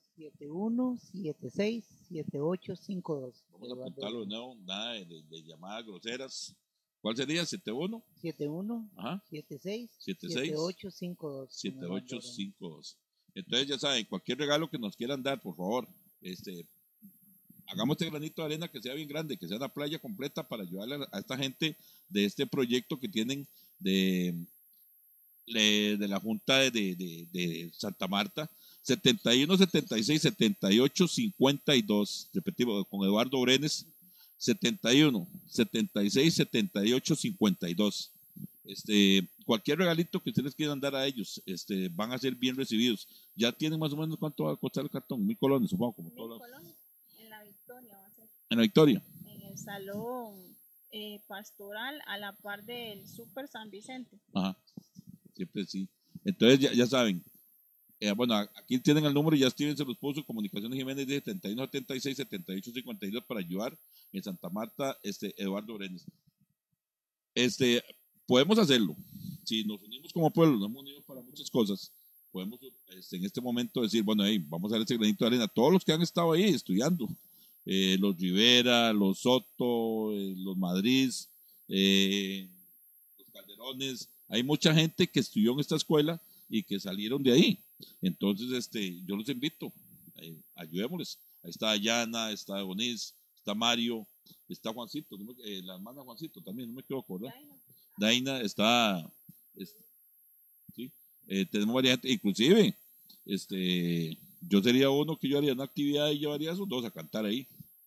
71767852. Vamos a apuntarlo de nuevo, nada de llamadas groseras. ¿Cuál sería? 71 76 7852. 7852. Entonces ya saben, cualquier regalo que nos quieran dar, por favor, hagamos este granito de arena que sea bien grande, que sea una playa completa para ayudarle a esta gente de este proyecto que tienen de la Junta de Santa Marta, 71, 76, 78, 52. Repetimos, con Eduardo Brenes. 71, 76, 78, 52. Cualquier regalito que ustedes quieran dar a ellos, van a ser bien recibidos. Ya tienen más o menos cuánto va a costar el cartón, 1,000 colones, supongo, como 1000 todos. colones en la Victoria va a ser. En la Victoria. En el salón pastoral a la par del Super San Vicente. Ajá, siempre sí. Entonces ya saben. Bueno, aquí tienen el número, ya Steven se los puso, Comunicaciones Jiménez de 71, 76, 78, 52 para ayudar en Santa Marta, Eduardo Brenes. Podemos hacerlo. Si nos unimos como pueblo, nos hemos unido para muchas cosas, podemos en este momento decir, bueno, vamos a dar ese granito de arena. Todos los que han estado ahí estudiando, los Rivera, los Soto, los Madrid, los Calderones, hay mucha gente que estudió en esta escuela y que salieron de ahí. Entonces, yo los invito, ayudémosles. Ahí está Ayana, está Eunice, está Mario, está Juancito, la hermana Juancito también, no me equivoco, ¿verdad? Daina está, sí, tenemos varias gente, inclusive, yo sería uno que yo haría una actividad y llevaría a esos dos a cantar ahí.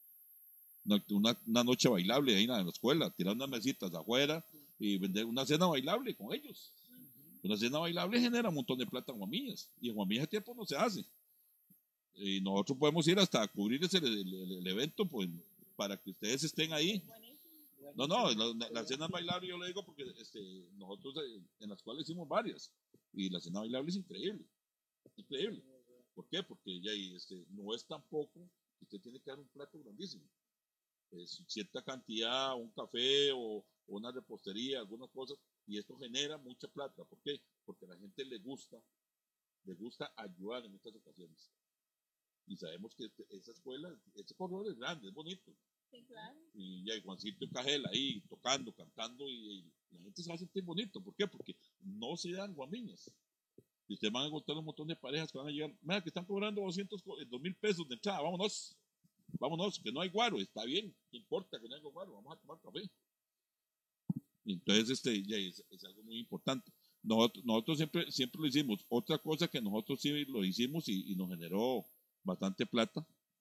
Una noche bailable ahí en la escuela, tirar unas mesitas afuera y vender una cena bailable con ellos. Una cena bailable genera un montón de plata en Guamillas, y en Guamillas tiempo no se hace. Y nosotros podemos ir hasta cubrir el evento, pues, para que ustedes estén ahí. No, la cena bailable yo le digo porque nosotros en las cuales hicimos varias, y la cena bailable es increíble. Increíble. ¿Por qué? Porque ya no es tampoco, usted tiene que dar un plato grandísimo. Cierta cantidad, un café o una repostería, algunas cosas, y esto genera mucha plata. ¿Por qué? Porque a la gente le gusta ayudar en estas ocasiones. Y sabemos que esa escuela, ese corredor es grande, es bonito. Sí, claro. Y ya Juancito y Cajel ahí tocando, cantando, y la gente se va a sentir bonito. ¿Por qué? Porque no se dan guamiñas. Y ustedes van a encontrar un montón de parejas que van a llegar, mira, que están cobrando 2,000 pesos de entrada, vámonos, que no hay guaro, está bien, no importa que no haya guaro, vamos a tomar café. Entonces, ya es algo muy importante. Nosotros siempre lo hicimos. Otra cosa que nosotros sí lo hicimos y nos generó bastante plata,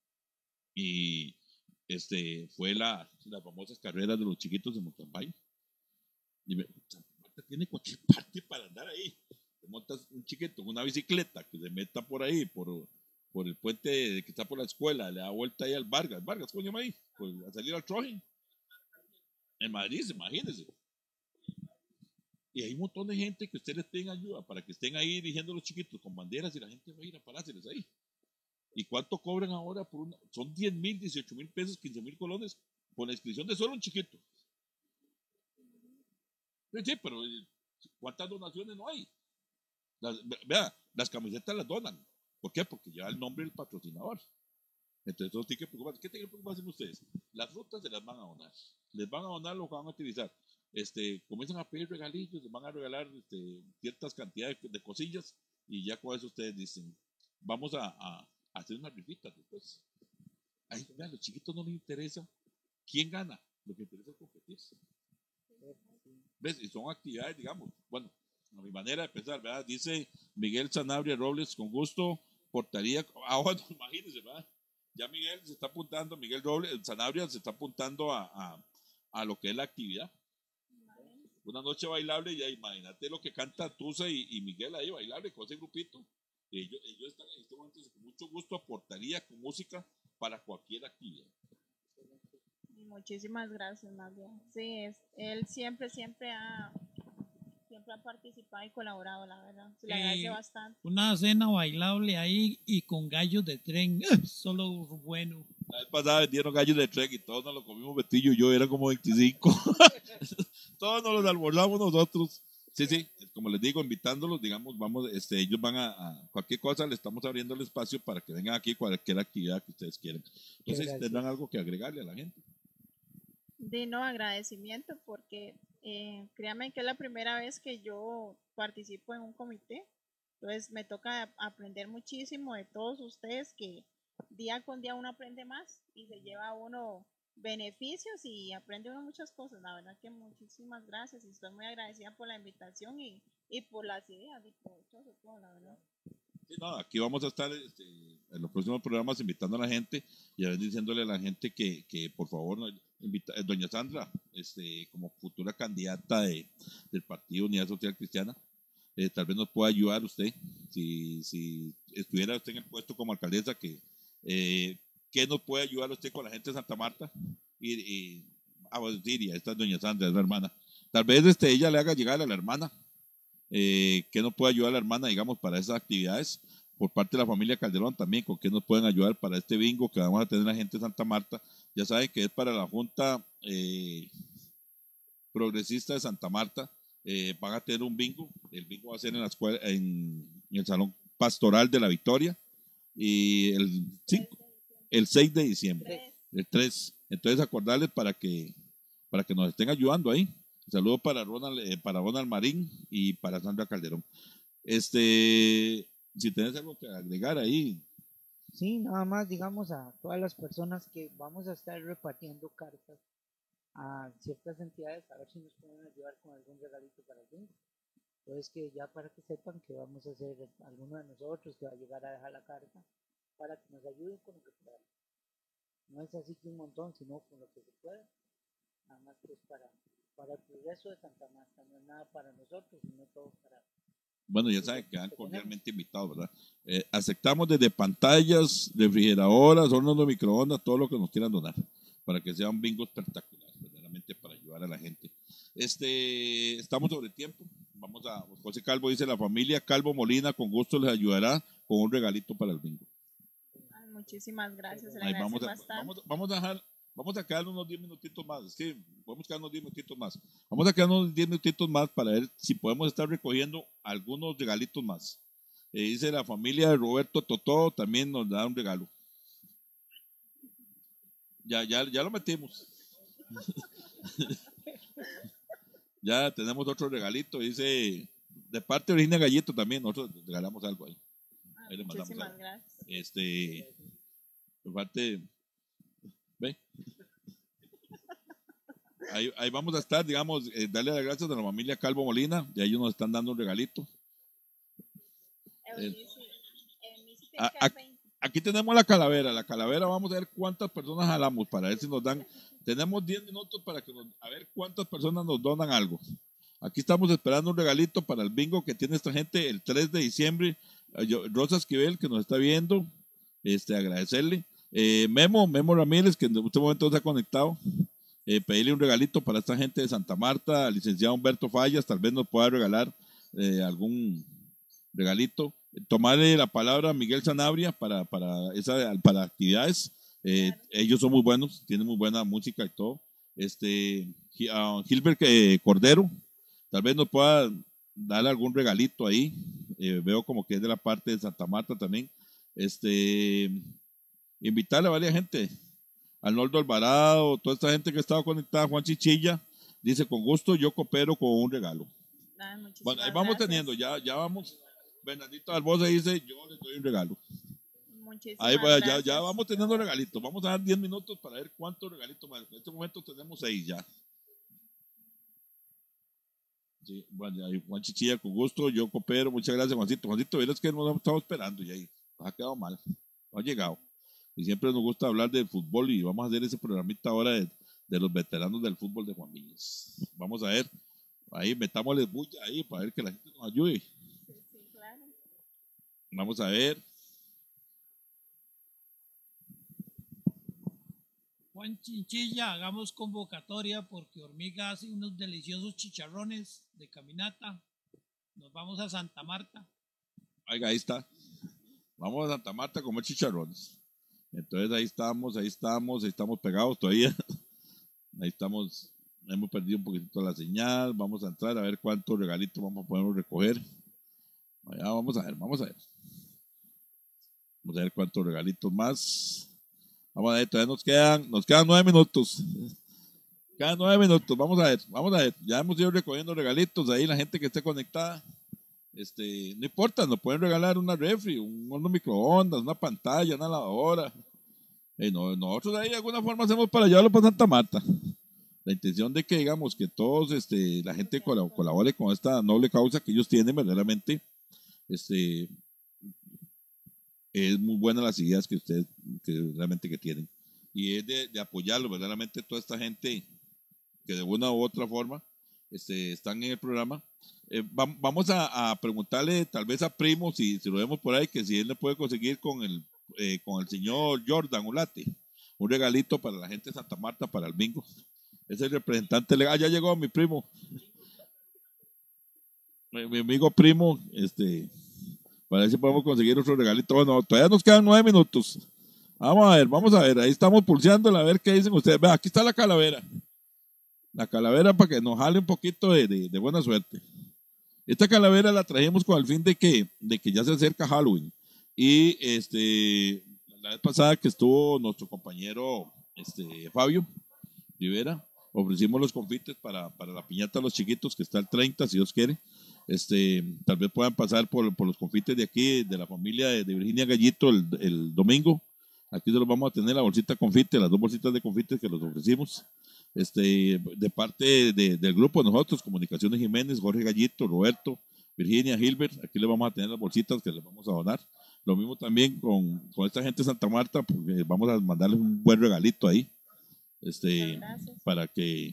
y fue las famosas carreras de los chiquitos de mountain bike. Y Santa Marta tiene cualquier parte para andar ahí. Te montas un chiquito en una bicicleta que se meta por ahí, por el puente que está por la escuela, le da vuelta ahí al Vargas, ¿cómo se llama ahí? Pues a salir al Troje. En Madrid, imagínense. Y hay un montón de gente que ustedes piden ayuda para que estén ahí dirigiendo a los chiquitos con banderas, y la gente va a ir a parárseles ahí. ¿Y cuánto cobran ahora por una? Son 10,000, 18,000 pesos, 15,000 colones por la inscripción de solo un chiquito. Sí, pero ¿cuántas donaciones no hay? Las camisetas las donan. ¿Por qué? Porque lleva el nombre del patrocinador. Entonces, no tienen que preocuparse. ¿Qué tienen que preocuparse ustedes? Las frutas se las van a donar. Les van a donar lo que van a utilizar. Comienzan a pedir regalillos, les van a regalar ciertas cantidades de cosillas, y ya con eso ustedes dicen, vamos a hacer unas rifitas después. A los chiquitos no les interesa quién gana, lo que interesa es competir. ¿Ves? Y son actividades, digamos, bueno, a mi manera de pensar, ¿verdad? Dice Miguel Sanabria Robles, con gusto portaría, bueno, imagínense, ¿verdad? Ya Miguel se está apuntando, Miguel Robles, Sanabria se está apuntando a lo que es la actividad. Una noche bailable, ya imagínate lo que canta Tusa y Miguel ahí bailable con ese grupito. Ellos están en este momento, con mucho gusto aportaría con música para cualquier actividad. Muchísimas gracias, Nadia. Sí, él siempre ha participado y colaborado, la verdad. Se le agradece bastante. Una cena bailable ahí y con gallos de tren, solo bueno. La vez pasada vendieron gallos de tren y todos nos lo comimos, Betillo y yo, eran como 25. Todos nos los almorzamos nosotros. Sí, como les digo, invitándolos, digamos, vamos, ellos van a cualquier cosa, le estamos abriendo el espacio para que vengan aquí cualquier actividad que ustedes quieran. Entonces, tendrán algo que agregarle a la gente. Agradecimiento, porque créanme que es la primera vez que yo participo en un comité, entonces me toca aprender muchísimo de todos ustedes, que día con día uno aprende más y se lleva uno beneficios y aprende uno muchas cosas. La verdad que muchísimas gracias, y estoy muy agradecida por la invitación y por las ideas y por todo, la verdad. Sí, no, aquí vamos a estar en los próximos programas invitando a la gente y a ver diciéndole a la gente que por favor, doña Sandra, como futura candidata del Partido Unidad Social Cristiana, tal vez nos pueda ayudar usted, si estuviera usted en el puesto como alcaldesa, ¿qué nos puede ayudar usted con la gente de Santa Marta? Pues diría, esta es doña Sandra, es la hermana. Tal vez ella le haga llegar a la hermana, ¿qué nos puede ayudar la hermana, digamos, para esas actividades? Por parte de la familia Calderón también, ¿con qué nos pueden ayudar para este bingo que vamos a tener la gente de Santa Marta? Ya saben que es para la Junta Progresista de Santa Marta. Van a tener un bingo. El bingo va a ser en la escuela, en el Salón Pastoral de la Victoria. Y el 6 de diciembre. El 3. Entonces acordarles para que nos estén ayudando ahí. Saludos para Ronald Marín y para Sandra Calderón. Si tenés algo que agregar ahí. Sí, nada más, digamos, a todas las personas que vamos a estar repartiendo cartas a ciertas entidades, a ver si nos pueden ayudar con algún regalito para el bingo. Entonces, que ya para que sepan que vamos a hacer alguno de nosotros que va a llegar a dejar la carta para que nos ayuden con lo que podamos. No es así que un montón, sino con lo que se pueda. Nada más que es para el progreso de Santa Marta, no es nada para nosotros, sino todo para... Bueno, ya saben, quedan cordialmente invitados, ¿verdad? Aceptamos desde pantallas, refrigeradoras, hornos de microondas, todo lo que nos quieran donar, para que sea un bingo espectacular, verdaderamente para ayudar a la gente. Estamos sobre tiempo. José Calvo dice, la familia Calvo Molina con gusto les ayudará con un regalito para el bingo. Ay, muchísimas gracias. Ahí vamos a quedar unos 10 minutitos más. Sí, podemos quedar unos 10 minutitos más. Vamos a quedar unos 10 minutitos más para ver si podemos estar recogiendo algunos regalitos más. Dice la familia de Roberto Totó también nos da un regalo. Ya lo metimos. Ya tenemos otro regalito. Dice, de parte de Virginia Gallito también, nosotros regalamos algo ahí. Ahí le mandamos muchísimas algo. gracias. De parte... ¿Ve? Ahí vamos a estar, digamos, darle las gracias a la familia Calvo Molina, y ellos nos están dando un regalito. Aquí tenemos la calavera, vamos a ver cuántas personas jalamos para ver si nos dan, tenemos 10 minutos para a ver cuántas personas nos donan algo. Aquí estamos esperando un regalito para el bingo que tiene esta gente el 3 de diciembre. Rosa Esquivel, que nos está viendo, agradecerle. Memo Ramírez, que en este momento se ha conectado, pedirle un regalito para esta gente de Santa Marta, al licenciado Humberto Fallas, tal vez nos pueda regalar algún regalito. Tomarle la palabra a Miguel Sanabria para actividades. Ellos son muy buenos, tienen muy buena música y todo. Gilbert Cordero, tal vez nos pueda dar algún regalito ahí. Veo como que es de la parte de Santa Marta también. Invitarle a varias gente, Arnoldo Alvarado, toda esta gente que ha estado conectada, Juan Chichilla, dice, con gusto yo coopero con un regalo. Bueno, ahí vamos teniendo, ya vamos. Bernardito Barbosa dice, yo les doy un regalo. Ahí ya vamos teniendo regalitos. Vamos a dar 10 minutos para ver cuántos regalitos más. En este momento tenemos 6 ya. Sí, bueno, Juan Chichilla, con gusto, yo coopero. Muchas gracias, Juancito. Juancito, verás que nos estamos esperando y ahí nos ha quedado mal. No ha llegado. Y siempre nos gusta hablar del fútbol y vamos a hacer ese programita ahora de los veteranos del fútbol de Juan Villas. Vamos a ver, ahí metámosle bulla ahí para ver que la gente nos ayude. Sí, claro. Vamos a ver. Juan Chinchilla, hagamos convocatoria porque Hormiga hace unos deliciosos chicharrones de caminata. Nos vamos a Santa Marta. Oiga, ahí está. Vamos a Santa Marta a comer chicharrones. Entonces ahí estamos pegados todavía. Ahí estamos, hemos perdido un poquitito la señal. Vamos a entrar a ver cuántos regalitos vamos a poder recoger. Allá vamos a ver. Vamos a ver cuántos regalitos más. Vamos a ver, todavía nos quedan 9 minutos. Quedan 9 minutos, vamos a ver. Ya hemos ido recogiendo regalitos ahí, la gente que esté conectada. No importa, nos pueden regalar una refri, un horno microondas, una pantalla, una lavadora. Nosotros ahí de alguna forma hacemos para llevarlo para Santa Marta. La intención de que digamos que todos, la gente colabore con esta noble causa que ellos tienen verdaderamente, es muy buena las ideas que ustedes que realmente que tienen. Y es de apoyarlo, verdaderamente toda esta gente que de una u otra forma están en el programa. Vamos a preguntarle tal vez a Primo, si lo vemos por ahí, que si él le puede conseguir con el señor Jordan Ulate un regalito para la gente de Santa Marta para el bingo. Es el representante legal. Ya llegó mi primo. Mi amigo Primo, para ver si podemos conseguir otro regalito. Bueno, todavía nos quedan 9 minutos. Vamos a ver, ahí estamos pulseándola a ver qué dicen ustedes. Ve, aquí está la calavera. La calavera para que nos jale un poquito de buena suerte. Esta calavera la trajimos con el fin de que ya se acerca Halloween. Y la vez pasada que estuvo nuestro compañero Fabio Rivera, ofrecimos los confites para la piñata de los chiquitos, que está el 30, si Dios quiere. Tal vez puedan pasar por los confites de aquí, de la familia de Virginia Gallito el domingo. Aquí se los vamos a tener la bolsita confite, las 2 bolsitas de confites que los ofrecimos. De parte del grupo de nosotros, Comunicaciones Jiménez, Jorge Gallito, Roberto, Virginia, Gilbert, aquí les vamos a tener las bolsitas que les vamos a donar. Lo mismo también con esta gente de Santa Marta, porque vamos a mandarles un buen regalito ahí, para que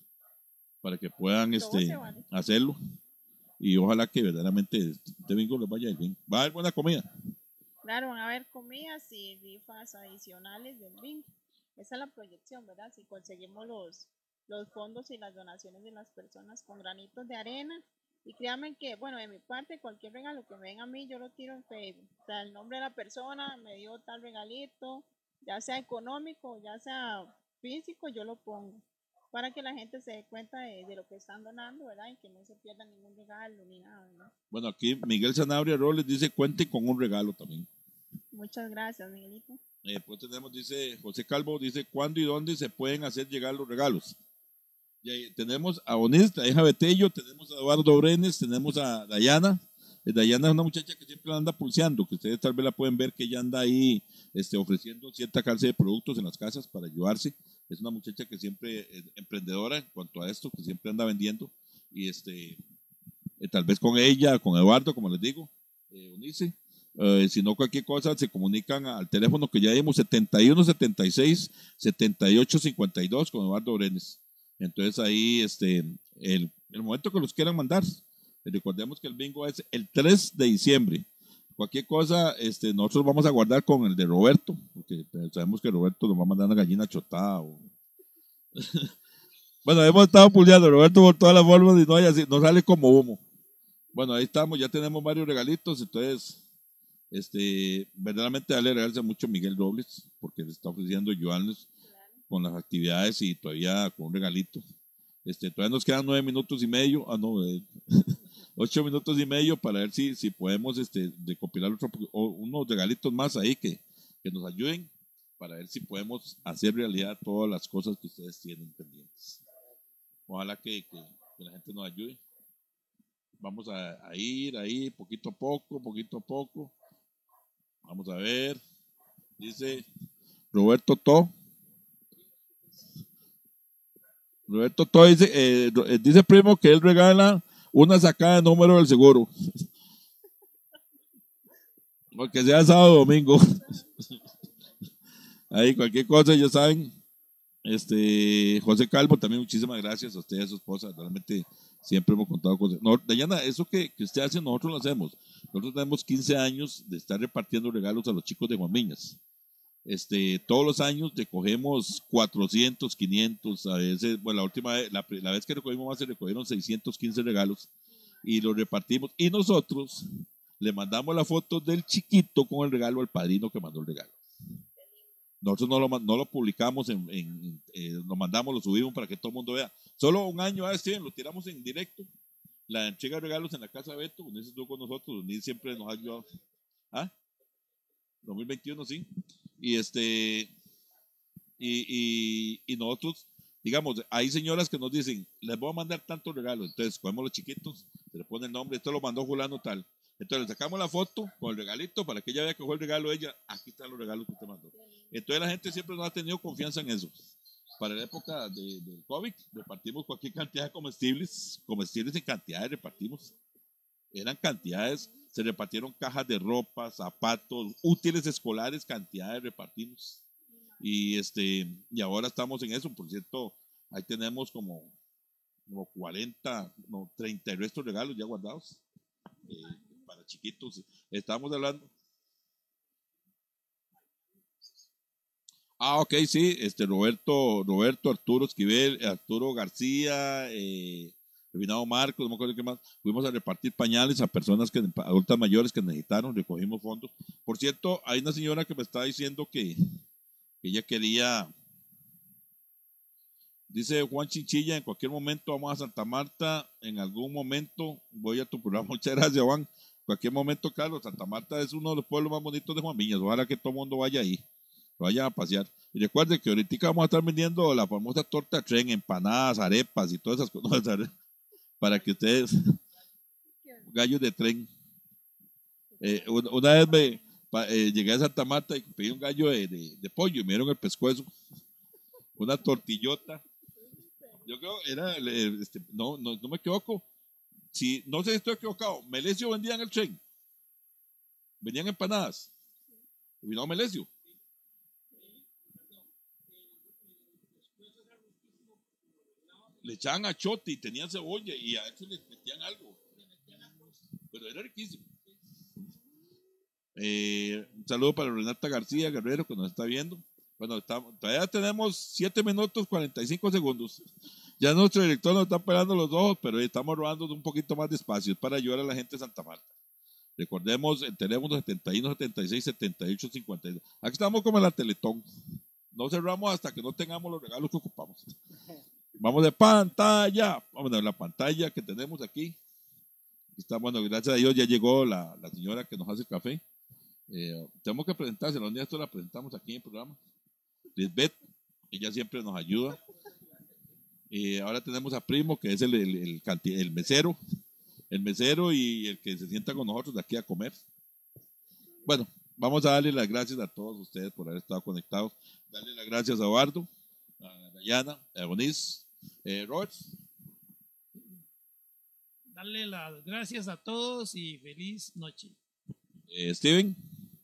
puedan hacerlo, y ojalá que verdaderamente este domingo les vaya bien. Va a haber buena comida. Claro, van a haber comidas y rifas adicionales del bingo. Esa es la proyección, ¿verdad? Si conseguimos los fondos y las donaciones de las personas con granitos de arena. Y créanme que, bueno, de mi parte, cualquier regalo que me den a mí, yo lo tiro en Facebook. O sea, el nombre de la persona me dio tal regalito, ya sea económico, ya sea físico, yo lo pongo. Para que la gente se dé cuenta de lo que están donando, ¿verdad? Y que no se pierda ningún regalo ni nada, ¿verdad? Bueno, aquí Miguel Sanabria Robles dice, cuente con un regalo también. Muchas gracias, Miguelito. Pues tenemos, dice José Calvo, dice, ¿cuándo y dónde se pueden hacer llegar los regalos? Y tenemos a Onis, a hija Betello, tenemos a Eduardo Brenes, tenemos a Dayana. Dayana es una muchacha que siempre anda pulseando, que ustedes tal vez la pueden ver que ella anda ahí ofreciendo cierta clase de productos en las casas para ayudarse. Es una muchacha que siempre es emprendedora en cuanto a esto, que siempre anda vendiendo. Y tal vez con ella, con Eduardo, como les digo, Unice. Si no, cualquier cosa, se comunican al teléfono que ya dimos, 7176-7852 con Eduardo Brenes. Entonces ahí, el momento que los quieran mandar, recordemos que el bingo es el 3 de diciembre. Cualquier cosa, nosotros vamos a guardar con el de Roberto, porque sabemos que Roberto nos va a mandar una gallina chotada. Bueno, hemos estado pulseando Roberto por todas las formas y no sale como humo. Bueno, ahí estamos, ya tenemos varios regalitos, entonces... verdaderamente darle gracias mucho a Miguel Robles, porque le está ofreciendo ayudarnos con las actividades y todavía con un regalito. Todavía nos quedan 9 minutos y medio, 8 minutos y medio para ver si podemos recopilar unos regalitos más ahí que nos ayuden para ver si podemos hacer realidad todas las cosas que ustedes tienen pendientes. Ojalá que la gente nos ayude. Vamos a ir ahí poquito a poco. Vamos a ver. Dice Roberto To. Dice Primo que él regala una sacada de número del seguro. Porque sea sábado o domingo. Ahí cualquier cosa, ya saben. José Calvo, también muchísimas gracias a usted y a su esposa. Realmente siempre hemos contado cosas. No, Dayana, eso que usted hace, nosotros lo hacemos. Nosotros tenemos 15 años de estar repartiendo regalos a los chicos de Juan Viñas. Todos los años recogemos 400, 500, a veces, bueno, la vez que recogimos más se recogieron 615 regalos y los repartimos. Y nosotros le mandamos la foto del chiquito con el regalo al padrino que mandó el regalo. Nosotros no lo publicamos, lo mandamos, lo subimos para que todo el mundo vea. Solo un año, Steven, lo tiramos en directo. La entrega de regalos en la casa de Beto, Unís estuvo con nosotros, Unís siempre nos ha ayudado. 2021, sí. Y nosotros, digamos, hay señoras que nos dicen, les voy a mandar tantos regalos. Entonces, cogemos los chiquitos, se le pone el nombre, esto lo mandó fulano tal. Entonces le sacamos la foto con el regalito para que ella vea que fue el regalo de ella. Aquí están los regalos que usted mandó. Entonces la gente siempre nos ha tenido confianza en eso. Para la época del COVID, repartimos cualquier cantidad de comestibles en cantidades repartimos. Eran cantidades Se repartieron cajas de ropa, zapatos, útiles escolares, cantidades repartimos. Y ahora estamos en eso. Por cierto, ahí tenemos como 40, no, 30 de estos regalos ya guardados para chiquitos. Estamos hablando. Ok, sí, Roberto, Arturo Esquivel, Arturo García, Refinado Marcos, no me acuerdo qué más. Fuimos a repartir pañales a personas adultas mayores que necesitaron, recogimos fondos. Por cierto, hay una señora que me está diciendo que ella quería, dice Juan Chinchilla, en cualquier momento vamos a Santa Marta, en algún momento voy a tu programa. Muchas gracias, Juan. En cualquier momento, Carlos, Santa Marta es uno de los pueblos más bonitos de Juan Viñas. Ojalá que todo el mundo vaya ahí. Vayan a pasear. Y recuerden que ahorita vamos a estar vendiendo la famosa torta de tren, empanadas, arepas y todas esas cosas para que ustedes, gallos de tren. Una vez llegué a Santa Marta y pedí un gallo de pollo y me dieron el pescuezo, una tortillota. Yo creo era, no me equivoco, no sé si estoy equivocado, Melesio vendía en el tren, vendían empanadas, y no Melesio. Le echaban achote y tenían cebolla y a eso les metían algo. Pero era riquísimo. Un saludo para Renata García Guerrero que nos está viendo. Bueno, todavía tenemos 7 minutos 45 segundos. Ya nuestro director nos está pelando los ojos, pero estamos robando un poquito más de espacio para ayudar a la gente de Santa Marta. Recordemos el teléfono 71 76 78 52. Aquí estamos como en la Teletón. No cerramos hasta que no tengamos los regalos que ocupamos. Vamos de pantalla. Vamos a ver la pantalla que tenemos aquí. Está, bueno, gracias a Dios ya llegó la señora que nos hace el café. Tenemos que presentarse, los días la presentamos aquí en el programa. Lisbeth, ella siempre nos ayuda. Ahora tenemos a Primo, que es el mesero. El mesero y el que se sienta con nosotros de aquí a comer. Bueno, vamos a darle las gracias a todos ustedes por haber estado conectados. Darle las gracias a Eduardo, a Dayana, a Bonis, Robert. Darle las gracias a todos y feliz noche. Steven.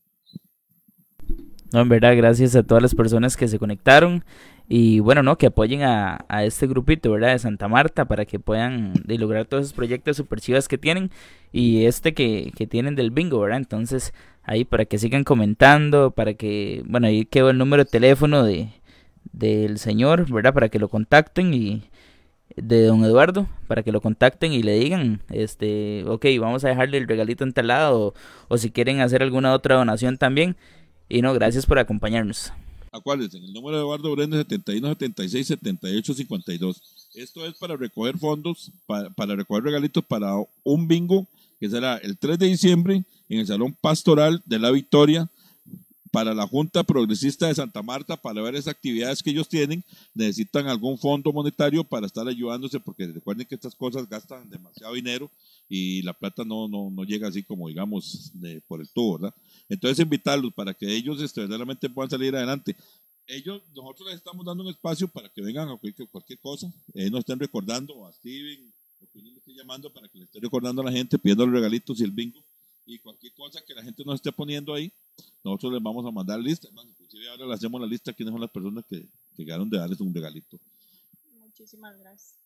No, en verdad, gracias a todas las personas que se conectaron y bueno, no, que apoyen a este grupito, ¿verdad? De Santa Marta para que puedan lograr todos esos proyectos super chivas que tienen y que tienen del bingo, ¿verdad? Entonces, ahí para que sigan comentando, para que, bueno, ahí quedó el número de teléfono del señor, ¿verdad? Para que lo contacten y de don Eduardo, para que lo contacten y le digan, ok, vamos a dejarle el regalito en tal lado o si quieren hacer alguna otra donación también. Y no, gracias por acompañarnos. Acuérdense, el número de Eduardo Brenes 71 76 78 52. Esto es para recoger fondos, para recoger regalitos para un bingo que será el 3 de diciembre en el Salón Pastoral de la Victoria para la Junta Progresista de Santa Marta, para ver esas actividades que ellos tienen. Necesitan algún fondo monetario para estar ayudándose, porque recuerden que estas cosas gastan demasiado dinero y la plata no llega así como digamos por el tubo, ¿verdad? Entonces invitarlos para que ellos verdaderamente puedan salir adelante. Nosotros les estamos dando un espacio para que vengan a cualquier cosa, nos estén recordando a Steven, o que uno le esté llamando para que le esté recordando a la gente, pidiendo los regalitos y el bingo, y cualquier cosa que la gente nos esté poniendo ahí, nosotros les vamos a mandar listas. Inclusive ahora le hacemos la lista de quiénes son las personas que llegaron de darles un regalito. Muchísimas gracias.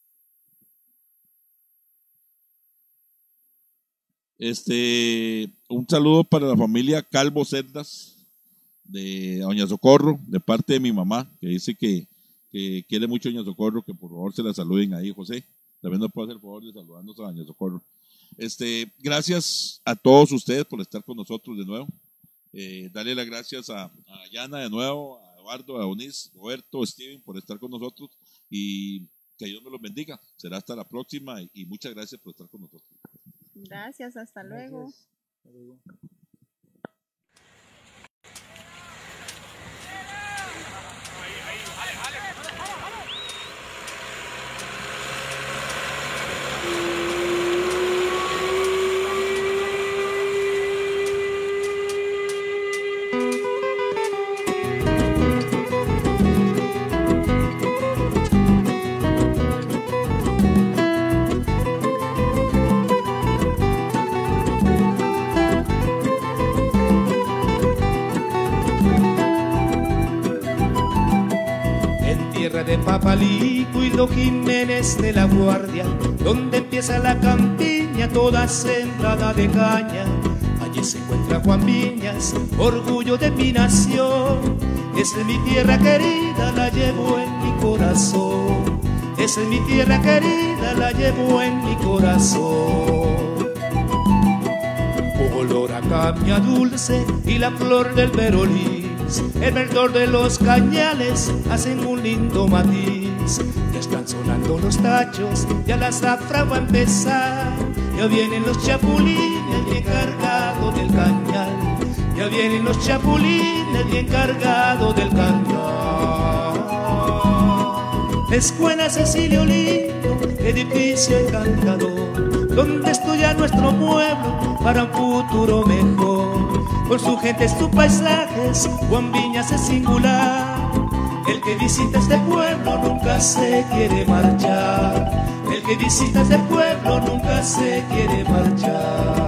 Un saludo para la familia Calvo Cerdas de Doña Socorro, de parte de mi mamá, que dice que quiere mucho a Doña Socorro, que por favor se la saluden ahí, José. También nos puede hacer el favor de saludarnos a Doña Socorro. Gracias a todos ustedes por estar con nosotros de nuevo. Darle las gracias a Yana de nuevo, a Eduardo, a Eunice, Roberto, Steven por estar con nosotros y que Dios me los bendiga. Será hasta la próxima y muchas gracias por estar con nosotros. Gracias, hasta luego. Hasta luego. Papalico y los Jiménez de la Guardia, donde empieza la campiña toda sembrada de caña. Allí se encuentra Juan Viñas, orgullo de mi nación. Esa es mi tierra querida, la llevo en mi corazón. Esa es mi tierra querida, la llevo en mi corazón. Olor a caña dulce y la flor del verolís, el verdor de los cañales hacen un lindo matiz. Ya están sonando los tachos, ya la zafra va a empezar. Ya vienen los chapulines bien cargados del cañal. Ya vienen los chapulines bien cargados del cañal. Escuela Cecilio Lindo, edificio encantador, donde estudia nuestro pueblo para un futuro mejor. Con su gente, sus paisajes, Juan Viñas es singular. El que visita este pueblo nunca se quiere marchar. El que visita este pueblo nunca se quiere marchar.